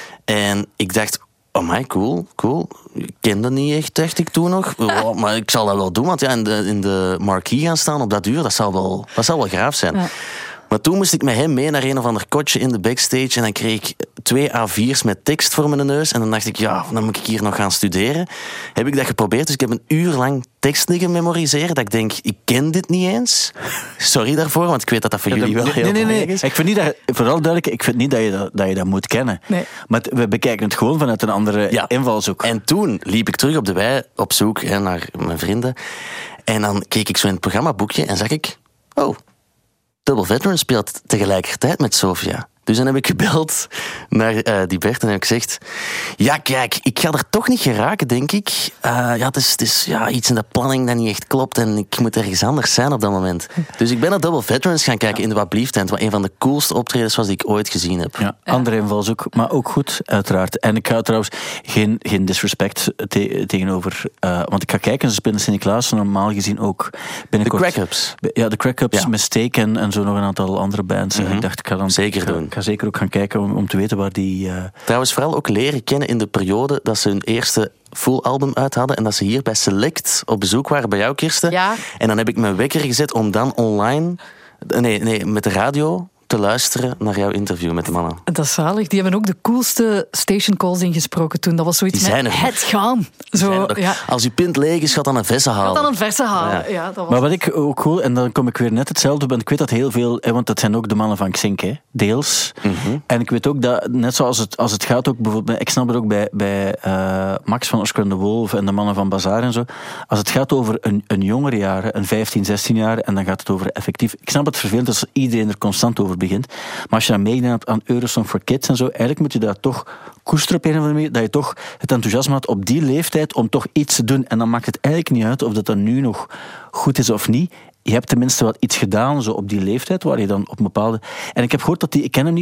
En ik dacht, oh my, cool, cool. Ik ken dat niet echt, dacht ik toen nog. Oh, maar ik zal dat wel doen, want ja, in de, in de marquee gaan staan op dat uur, dat zal wel, dat zal wel graaf zijn. Ja. Maar toen moest ik met hem mee naar een of ander kotje in de backstage en dan kreeg ik twee A vier's met tekst voor mijn neus en dan dacht ik, ja, dan moet ik hier nog gaan studeren. Heb ik dat geprobeerd, dus ik heb een uur lang tekst liggen memoriseren, dat ik denk, ik ken dit niet eens. Sorry daarvoor, want ik weet dat dat voor Ja, jullie dat- wel heel nee, nee, nee. belangrijk is. Ik vind niet dat, vooral duidelijk, ik vind niet dat je dat, dat, je dat moet kennen. Nee. Maar het- we bekijken het gewoon vanuit een andere Ja. invalshoek. En toen liep ik terug op de wei op zoek hè, naar mijn vrienden. En dan keek ik zo in het programmaboekje en zag ik... Oh, Double Veteran speelt tegelijkertijd met Sophia. Dus dan heb ik gebeld naar uh, die Bert en heb ik gezegd... Ja, kijk, ik ga er toch niet geraken, denk ik. Uh, ja, het is, het is ja, iets in de planning dat niet echt klopt en ik moet ergens anders zijn op dat moment. Dus ik ben naar Double Veterans gaan kijken in de Wat Blieft tent, wat een van de coolste optredens was die ik ooit gezien heb. Ja, andere invalshoek, maar ook goed, uiteraard. En ik ga trouwens geen, geen disrespect te- tegenover... Uh, want ik ga kijken, ze spelen Sint-Niklaas normaal gezien ook De binnenkort... Crack-Ups. Ja, de Crack-Ups, Ja. Mistake en, en zo nog een aantal andere bands. Mhm. Ik dacht, ik ga dan... Zeker ik ga, doen. Ik ga zeker ook gaan kijken om, om te weten waar die... Uh, Trouwens, vooral ook leren kennen in de periode dat ze hun eerste full album uit hadden en dat ze hier bij Select op bezoek waren bij jou, Kirsten. Ja. En dan heb ik mijn wekker gezet om dan online, nee, nee, met de radio te luisteren naar jouw interview met de mannen. Dat is zalig. Die hebben ook de coolste station calls ingesproken toen. Dat was zoiets Die zijn met er het gaan. Zo, Zijn er- ja. Als uw pint leeg is, gaat dan een vessen halen. Gaat dan een verse halen. Ja. Ja, dat was... Maar wat ik ook cool, en dan kom ik weer net hetzelfde, want ik weet dat heel veel, hè, want dat zijn ook de mannen van Xink, hè, deels. Mhm. En ik weet ook dat, net zoals het, als het gaat ook bijvoorbeeld, ik snap het ook bij, bij uh, Max van Oscar en de Wolf en de mannen van Bazaar en zo, als het gaat over een, een jongere jaren, een vijftien, zestien jaar, en dan gaat het over effectief, ik snap het vervelend als iedereen er constant over begint, maar als je dan meegaat aan Eurosong for Kids en zo, eigenlijk moet je daar toch koesteren op een of andere manier, dat je toch het enthousiasme had op die leeftijd om toch iets te doen, en dan maakt het eigenlijk niet uit of dat dan nu nog goed is of niet. Je hebt tenminste wat iets gedaan, zo op die leeftijd, waar je dan op een bepaalde... En ik heb gehoord dat die, ik ken hem niet, maar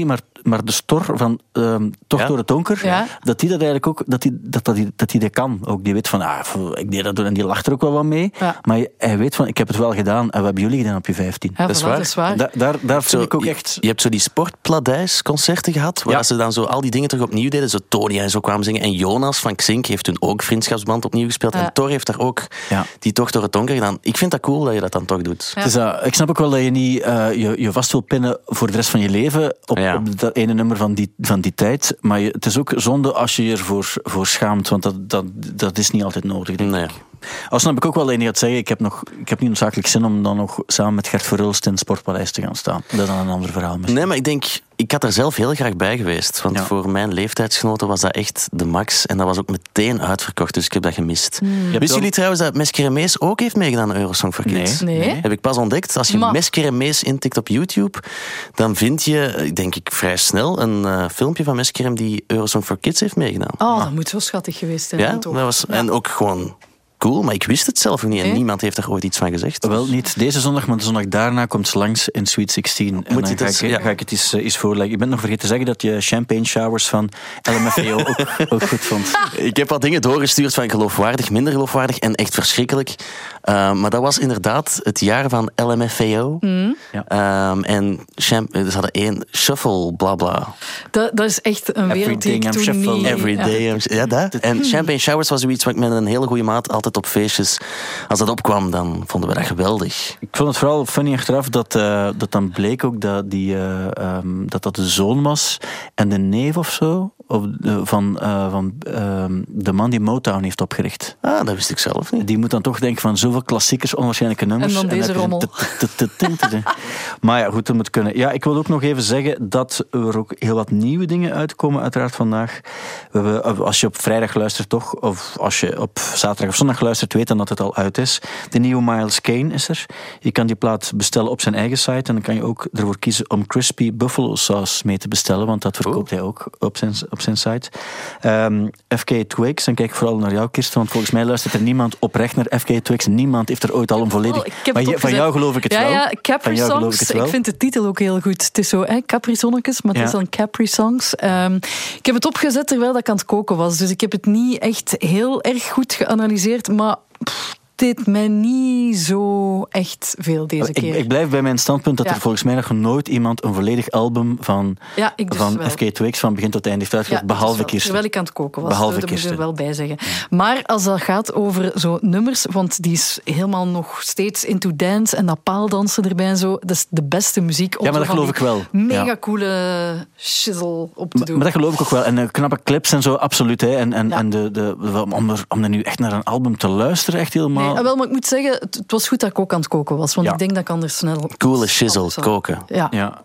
maar de Stor van um, Toch Ja? door het donker, Ja. dat die dat eigenlijk ook, dat die dat, dat, die, dat, die dat kan. Ook die weet van, ah, ik deed dat doen en die lacht er ook wel wat mee. Ja. Maar hij weet van, ik heb het wel gedaan en wat hebben jullie gedaan op je vijftien? Ja, Dat is voilà, waar. dat is waar. Da- daar daar Zo, vind ik ook je- echt... Je hebt zo die sportpladijsconcerten gehad, waar Ja. ze dan zo al die dingen terug opnieuw deden. Zo Tonia en zo kwamen zingen. En Jonas van Xink heeft toen ook Vriendschapsband opnieuw gespeeld. Ja. En Thor heeft daar ook Ja. die Tocht door het donker gedaan. Ik vind dat cool dat je dat dan toch doet. Ja. Dus, uh, ik snap ook wel dat je niet uh, je, je vast wil pinnen voor de rest van je leven op, Ja. op dat ene nummer van die, van die tijd. Maar je, het is ook zonde als je je ervoor voor schaamt, want dat, dat, dat is niet altijd nodig, denk Nee. ik. Al snap ik ook wel dat je niet gaat zeggen, ik heb, nog, ik heb niet noodzakelijk zin om dan nog samen met Gert Verhulst in het Sportpaleis te gaan staan. Dat is dan een ander verhaal misschien. Nee, maar ik denk, ik had er zelf heel graag bij geweest. Want Ja. voor mijn leeftijdsgenoten was dat echt de max. En dat was ook meteen uitverkocht, dus ik heb dat gemist. Je hebt Wisten dan- jullie trouwens dat Meskeremees ook heeft meegedaan aan Eurosong for Kids? Nee. Nee. Heb ik pas ontdekt. Als je Maar- Meskeremees intikt op YouTube, dan vind je, denk ik vrij snel, een uh, filmpje van Meskerem die Eurosong for Kids heeft meegedaan. Oh, dat moet zo schattig geweest zijn. ja, toch? dat was, Ja. en ook gewoon cool, maar ik wist het zelf ook niet. En Nee. niemand heeft er ooit iets van gezegd. Wel, niet deze zondag, maar de zondag daarna komt ze langs in Sweet zestien. En Moet dan je ga, dus- ik, ja. ga ik het eens, uh, eens voorleggen. Ik ben nog vergeten te zeggen dat je Champagne Showers van L M F A O ook, ook goed vond. Ik heb wat dingen doorgestuurd van geloofwaardig, minder geloofwaardig en echt verschrikkelijk. Uh, maar dat was inderdaad het jaar van L M F A O. Mm. Ja. Um, en champ- ze hadden één shuffle, bla bla. Dat, dat is echt een Every wereld die day ik I'm toen shuffling. niet... Every ja. day. I'm- Ja, dat. En Champagne Showers was zoiets wat ik met een hele goede maat altijd op feestjes, als dat opkwam, dan vonden we dat geweldig. Ik vond het vooral funny achteraf dat, uh, dat dan bleek ook dat, die, uh, um, dat dat de zoon was en de neef of zo of de, van, uh, van uh, de man die Motown heeft opgericht. Ah, dat wist ik zelf niet. Die moet dan toch denken van zoveel klassiekers, onwaarschijnlijke nummers. En dan deze heb je rommel. t- t- t- t- t- t- Maar ja, goed, dat moet kunnen. Ja, ik wil ook nog even zeggen dat er ook heel wat nieuwe dingen uitkomen, uiteraard vandaag. We hebben, als je op vrijdag luistert toch, of als je op zaterdag of zondag luistert, weet dan dat het al uit is. De nieuwe Miles Kane is er. Je kan die plaat bestellen op zijn eigen site en dan kan je ook ervoor kiezen om crispy buffalo sauce mee te bestellen, want dat verkoopt hij ook op zijn, op zijn site. Um, F K Twigs, dan kijk ik vooral naar jou, Kirsten, want volgens mij luistert er niemand oprecht naar F K Twigs. Niemand heeft er ooit al een volledig... Oh, ik heb maar het je- van opgezet. jou geloof ik het ja, wel. Ja, Capri Van jou geloof Songs. ik Ik, het wel. vind de titel ook heel goed. Het is zo, hè, Capri Zonnetjes, maar het Ja. is dan Capri Songs. Um, ik heb het opgezet terwijl dat ik aan het koken was. Dus ik heb het niet echt heel erg goed geanalyseerd, maar... Pff, deed mij niet zo echt veel deze Ik, keer. ik blijf bij mijn standpunt dat Ja. er volgens mij nog nooit iemand een volledig album van, ja, ik dus van wel. F K Twigs van begin tot eind heeft uitgebracht, Ja, behalve dus wel. Kirsten. Terwijl ik aan het koken was, Behalve dat moet je er Kirsten. wel bij zeggen. Maar als dat gaat over zo nummers, want die is helemaal nog steeds into dance en dat paaldansen erbij en zo, dat is de beste muziek om Ja, maar zo dat van geloof die ik wel. mega Ja. coole shizzle op te Maar, doen. maar dat geloof ik ook wel. En uh, knappe clips en zo, absoluut. Hè. En, en, Ja. en de, de, om, er, om er nu echt naar een album te luisteren, echt helemaal... Nee, ah, wel, maar ik moet zeggen, het, het was goed dat ik ook aan het koken was, want Ja. ik denk dat ik anders snel... Coole shizzle, anders zal- koken. Ja. Ja.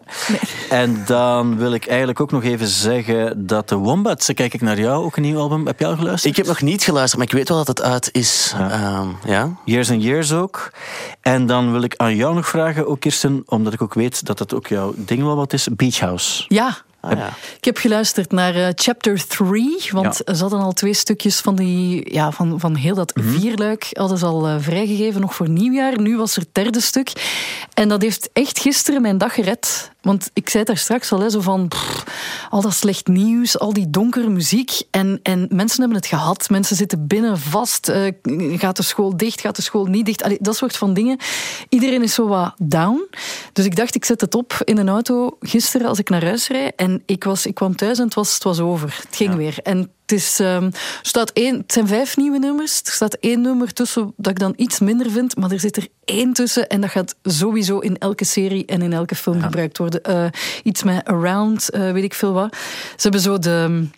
En dan wil ik eigenlijk ook nog even zeggen dat de Wombats, dan kijk ik naar jou, ook een nieuw album. Heb je al geluisterd? Ik heb nog niet geluisterd, maar ik weet wel dat het uit is. Ja. Ja. Um, ja? Years and Years ook. En dan wil ik aan jou nog vragen, ook Kirsten, omdat ik ook weet dat dat ook jouw ding wel wat is. Beach House. Ja. Ah, ja. Ik heb geluisterd naar uh, chapter drie, want Ja. ze hadden al twee stukjes van, die, ja, van, van heel dat Mhm. vierluik hadden ze al uh, vrijgegeven, nog voor nieuwjaar. Nu was er het derde stuk. En dat heeft echt gisteren mijn dag gered. Want ik zei het daar straks al, hè, zo van pff, al dat slecht nieuws, al die donkere muziek. En, en mensen hebben het gehad. Mensen zitten binnen vast. Uh, gaat de school dicht, gaat de school niet dicht? Allee, dat soort van dingen. Iedereen is zo wat down. Dus ik dacht, ik zet het op in een auto gisteren als ik naar huis rijd. En ik, was, ik kwam thuis en het was, het was over. Het ging Ja. weer. En het, is, um, er staat één, het zijn vijf nieuwe nummers. Er staat één nummer tussen dat ik dan iets minder vind. Maar er zit er één tussen. En dat gaat sowieso in elke serie en in elke film Ja. gebruikt worden. Uh, iets met Around, uh, weet ik veel wat. Ze hebben zo de...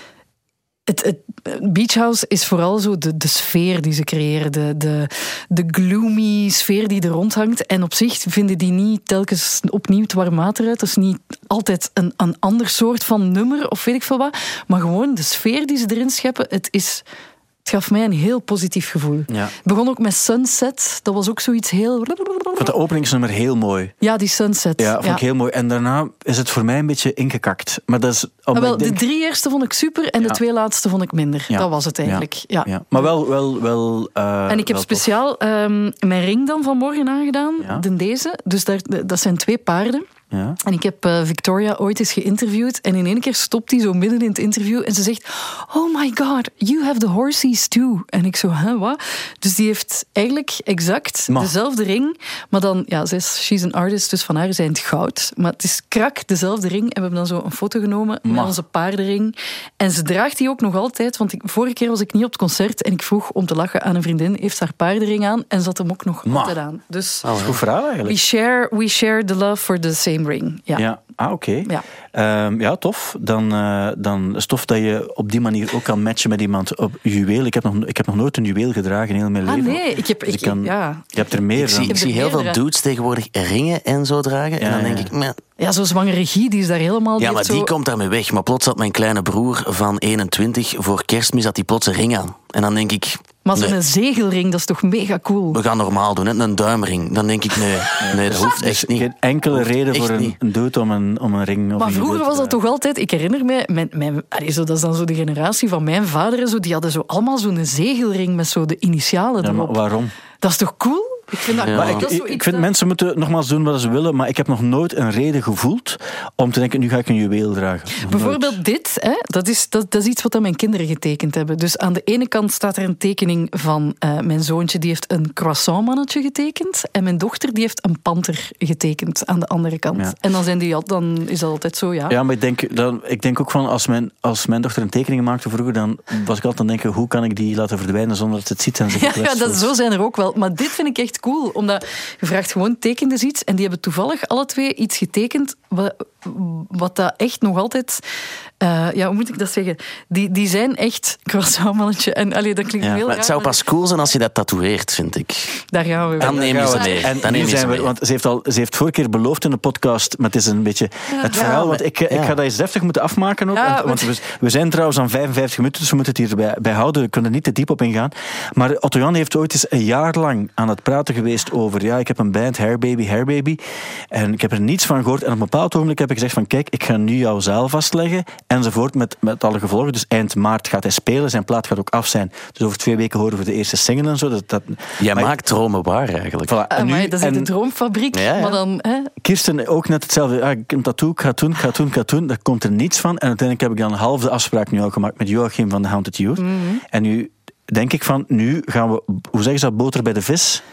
Het, het Beach House is vooral zo de, de sfeer die ze creëren. De, de, de gloomy sfeer die er rondhangt. En op zich vinden die niet telkens opnieuw het warm water uit. Dat is niet altijd een, een ander soort van nummer of weet ik veel wat. Maar gewoon de sfeer die ze erin scheppen. Het is... Het gaf mij een heel positief gevoel. Ja. Het begon ook met Sunset. Dat was ook zoiets heel... Ik vond de openingsnummer heel mooi. Ja, die Sunset. Ja, vond ik heel mooi. En daarna is het voor mij een beetje ingekakt. Maar dat is... Ah, wel, ik denk- de drie eerste vond ik super en Ja. de twee laatste vond ik minder. Ja. Dat was het eigenlijk. Ja. Ja. Maar wel... wel, wel uh, En ik heb wel tof. speciaal um, mijn ring dan vanmorgen aangedaan, Ja. de deze. Dus daar, dat zijn twee paarden. Ja. En ik heb uh, Victoria ooit eens geïnterviewd en in één keer stopt hij zo midden in het interview en ze zegt, oh my god, you have the horsies too. En ik zo, hè, wat? Dus die heeft eigenlijk exact Ma. dezelfde ring, maar dan, ja, ze is, she's an artist, dus van haar zijn het goud. Maar het is krak dezelfde ring en we hebben dan zo een foto genomen Ma. met onze paardenring. En ze draagt die ook nog altijd, want ik, vorige keer was ik niet op het concert en ik vroeg om te lachen aan een vriendin, heeft ze haar paardenring aan en ze had hem ook nog Ma. altijd aan. Dus Dat is een goed verhaal eigenlijk. we share, we share the love for the same ring. Ja. Ja, ah, oké. Ja. Ehm, ja, tof. Dan, uh, dan is tof dat je op die manier ook kan matchen met iemand op juweel. Ik heb nog, ik heb nog nooit een juweel gedragen in heel mijn Ah leven. nee, ik heb... Dus Ik, ik kan, ja. Je hebt er meer Ik zie, dan. ik heb zie er heel veel meerdere. dudes tegenwoordig ringen en zo dragen. En Ja, dan denk ja. ik, meh. Ja, zo'n zwangere Guy, die is daar helemaal... Ja, maar heeft die zo... komt daarmee weg. Maar plots had mijn kleine broer van eenentwintig voor kerstmis had die plots een ring aan. En dan denk ik... Maar zo'n nee, zegelring, dat is toch mega cool? we gaan normaal doen, hè? Een duimring. Dan denk ik, nee, nee dat hoeft echt niet. Geen enkele Hoeft reden echt voor een, niet. een dude om een, om een ring of Maar een vroeger juweel was te dat toch altijd... Ik herinner me, mijn, mijn, allee, zo, dat is dan zo de generatie van mijn vader en zo, die hadden zo allemaal zo'n zegelring met zo de initialen dragen. Ja, erop. maar waarom? Dat is toch cool? Ik vind dat, Ja. cool. Maar ik, dat is ik, zoiets ik vind dat- mensen moeten nogmaals doen wat ze willen, maar ik heb nog nooit een reden gevoeld om te denken, nu ga ik een juweel dragen. Nog Bijvoorbeeld nooit. dit, hè, dat, is, dat, dat is iets wat dan mijn kinderen getekend hebben. Dus aan de ene kant staat er een tekening van uh, mijn zoontje, die heeft een croissantmannetje getekend. En mijn dochter, die heeft een panter getekend aan de andere kant. Ja. En dan, zijn die, al- dan is dat altijd zo, ja. Ja, maar ik denk, dan, ik denk ook van, als mijn, als mijn dochter een tekening maakte vroeger, dan was ik altijd aan het denken, hoe kan ik die laten verdwijnen zonder dat ze het ziet en zich Ja, gekwetst ja, dat, voelt. zo zijn er ook wel. Maar dit vind ik echt cool. Omdat je vraagt gewoon, teken dus iets. En die hebben toevallig alle twee iets getekend wat, wat dat echt nog altijd... Uh, ja, hoe moet ik dat zeggen? Die, die zijn echt croissantmannetje. En allee, dat klinkt Ja, heel Maar raar. het zou maar pas cool zijn als je dat tatoeëert, vind ik. daar gaan we weer. Dan neem je ze Ja, mee. En Dan nu neem je ze zijn we, mee. want ze heeft, al, ze heeft vorige keer beloofd in de podcast, maar het is een beetje het verhaal, want ik, ik ja. ga dat eens deftig moeten afmaken ook. Ja, En- want we, we zijn trouwens aan vijfenvijftig minuten, dus we moeten het hierbij bij houden. We kunnen er niet te diep op ingaan. Maar Otto Jan heeft ooit eens een jaar lang aan het praten geweest over, ja, ik heb een band, Hairbaby, Hairbaby, en ik heb er niets van gehoord. En op een bepaald ogenblik heb ik gezegd van, kijk, ik ga nu jouw zaal vastleggen, enzovoort, met, met alle gevolgen. Dus eind maart gaat hij spelen, zijn plaat gaat ook af zijn. Dus over twee weken horen we de eerste single en zo. Dat, dat, Jij maar- maakt dromen waar, eigenlijk. Voilà. En nu- Amai, dat is en- de droomfabriek. Ja, ja. Maar dan... Hè, Kirsten ook net hetzelfde. Ah, ik heb een tattoo, ik ga het doen, ik ga het doen, ik ga het doen. Daar komt er niets van. En uiteindelijk heb ik dan een halve afspraak nu al gemaakt met Joachim van The Haunted Youth. Mm-hmm. En nu denk ik van, nu gaan we, hoe zeggen ze dat, boter bij de vis?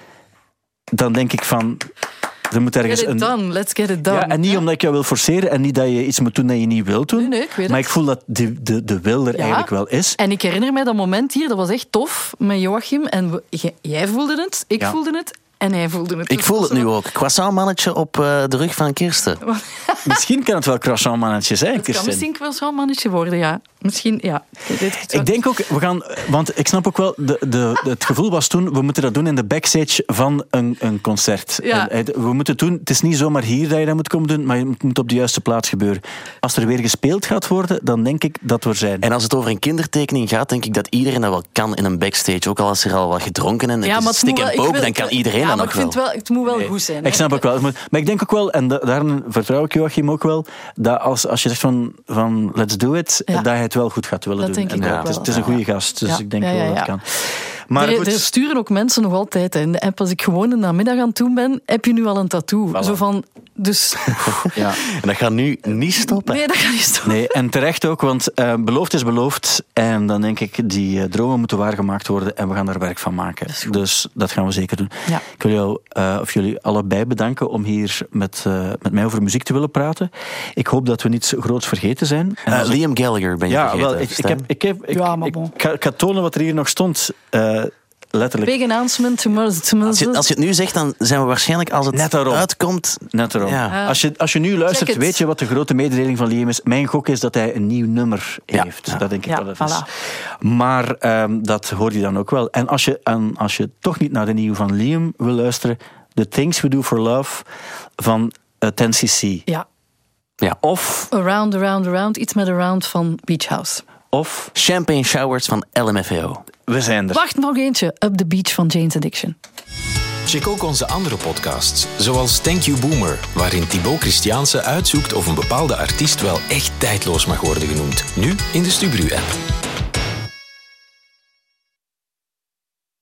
Dan denk ik van, er moet ergens get it een... done, let's get it done. Ja, en niet omdat ik jou wil forceren en niet dat je iets moet doen dat je niet wilt doen. Nee, nee, ik weet maar het. ik voel dat de, de, de wil er Ja. eigenlijk wel is. En ik herinner mij dat moment hier, dat was echt tof met Joachim. En we- j- jij voelde het, ik Ja. voelde het en hij voelde het. Ik Dus voel dat het nu was ook. Croissantmannetje op uh, de rug van Kirsten. Misschien kan het wel croissantmannetje zijn, Het kan Kirsten. misschien wel zo'n mannetje worden, ja. Misschien, ja. Ik, weet het wel. Ik denk ook, we gaan, want ik snap ook wel, de, de, het gevoel was toen, we moeten dat doen in de backstage van een, een concert. Ja. En, eh, we moeten het doen, het is niet zomaar hier dat je dat moet komen doen, maar het moet op de juiste plaats gebeuren. Als er weer gespeeld gaat worden, dan denk ik dat we er zijn. En als het over een kindertekening gaat, denk ik dat iedereen dat wel kan in een backstage. Ook al als er al wat gedronken en Ja, het maar is het stik moet en wel- ik pook, wil- dan kan iedereen ja, dat maar nog ik vind wel. wel. Het moet wel Nee, goed zijn. Ik hè. snap ook wel. Maar ik denk ook wel, en da- daarin vertrouw ik Joachim ook wel, dat als, als je zegt van, van let's do it, Ja. dat hij het wel goed gaat willen Dat doen. denk ik En ook het, is, wel. het is een goede gast, dus Ja. ik denk Ja, ja, wel dat ja. het kan. Maar er, goed, er sturen ook mensen nog altijd hè, in de app. Als ik gewoon een namiddag aan het doen ben, heb je nu al een tattoo. Zo van, dus... ja. En dat gaat nu niet stoppen. Nee, dat gaat niet stoppen. Nee, en terecht ook, want uh, beloofd is beloofd. En dan denk ik, die uh, dromen moeten waargemaakt worden en we gaan daar werk van maken. Dat dus dat gaan we zeker doen. Ja. Ik wil jou, uh, of jullie allebei bedanken om hier met, uh, met mij over muziek te willen praten. Ik hoop dat we niets groots vergeten zijn. En Uh, als- Liam Gallagher ben je ja, vergeten. wel, ik, ik, heb, ik, heb, ik, Ja, maar ik, bon. ik, ga, ik ga tonen wat er hier nog stond. Uh, letterlijk. Big announcement tomorrow. Als je, als je het nu zegt, dan zijn we waarschijnlijk, als het Net daarom. uitkomt... Net erom. Ja. Als, je, als je nu luistert, Check it. weet je wat de grote mededeling van Liam is. Mijn gok is dat hij een nieuw nummer Ja. heeft. Ja. Dat denk ik Ja, wel dat is. voilà. Maar um, dat hoor je dan ook wel. En als je, en als je toch niet naar de nieuwe van Liam wil luisteren, The Things We Do For Love van uh, ten C C. Ja. Ja. Of, Around, around, around. Iets met around van Beach House. of, Champagne Showers van L M F A O. we zijn er. Wacht, nog eentje. Up the Beach van Jane's Addiction. Check ook onze andere podcasts, zoals Thank You Boomer, waarin Thibaut Christiaanse uitzoekt of een bepaalde artiest wel echt tijdloos mag worden genoemd. Nu in de Stubru-app.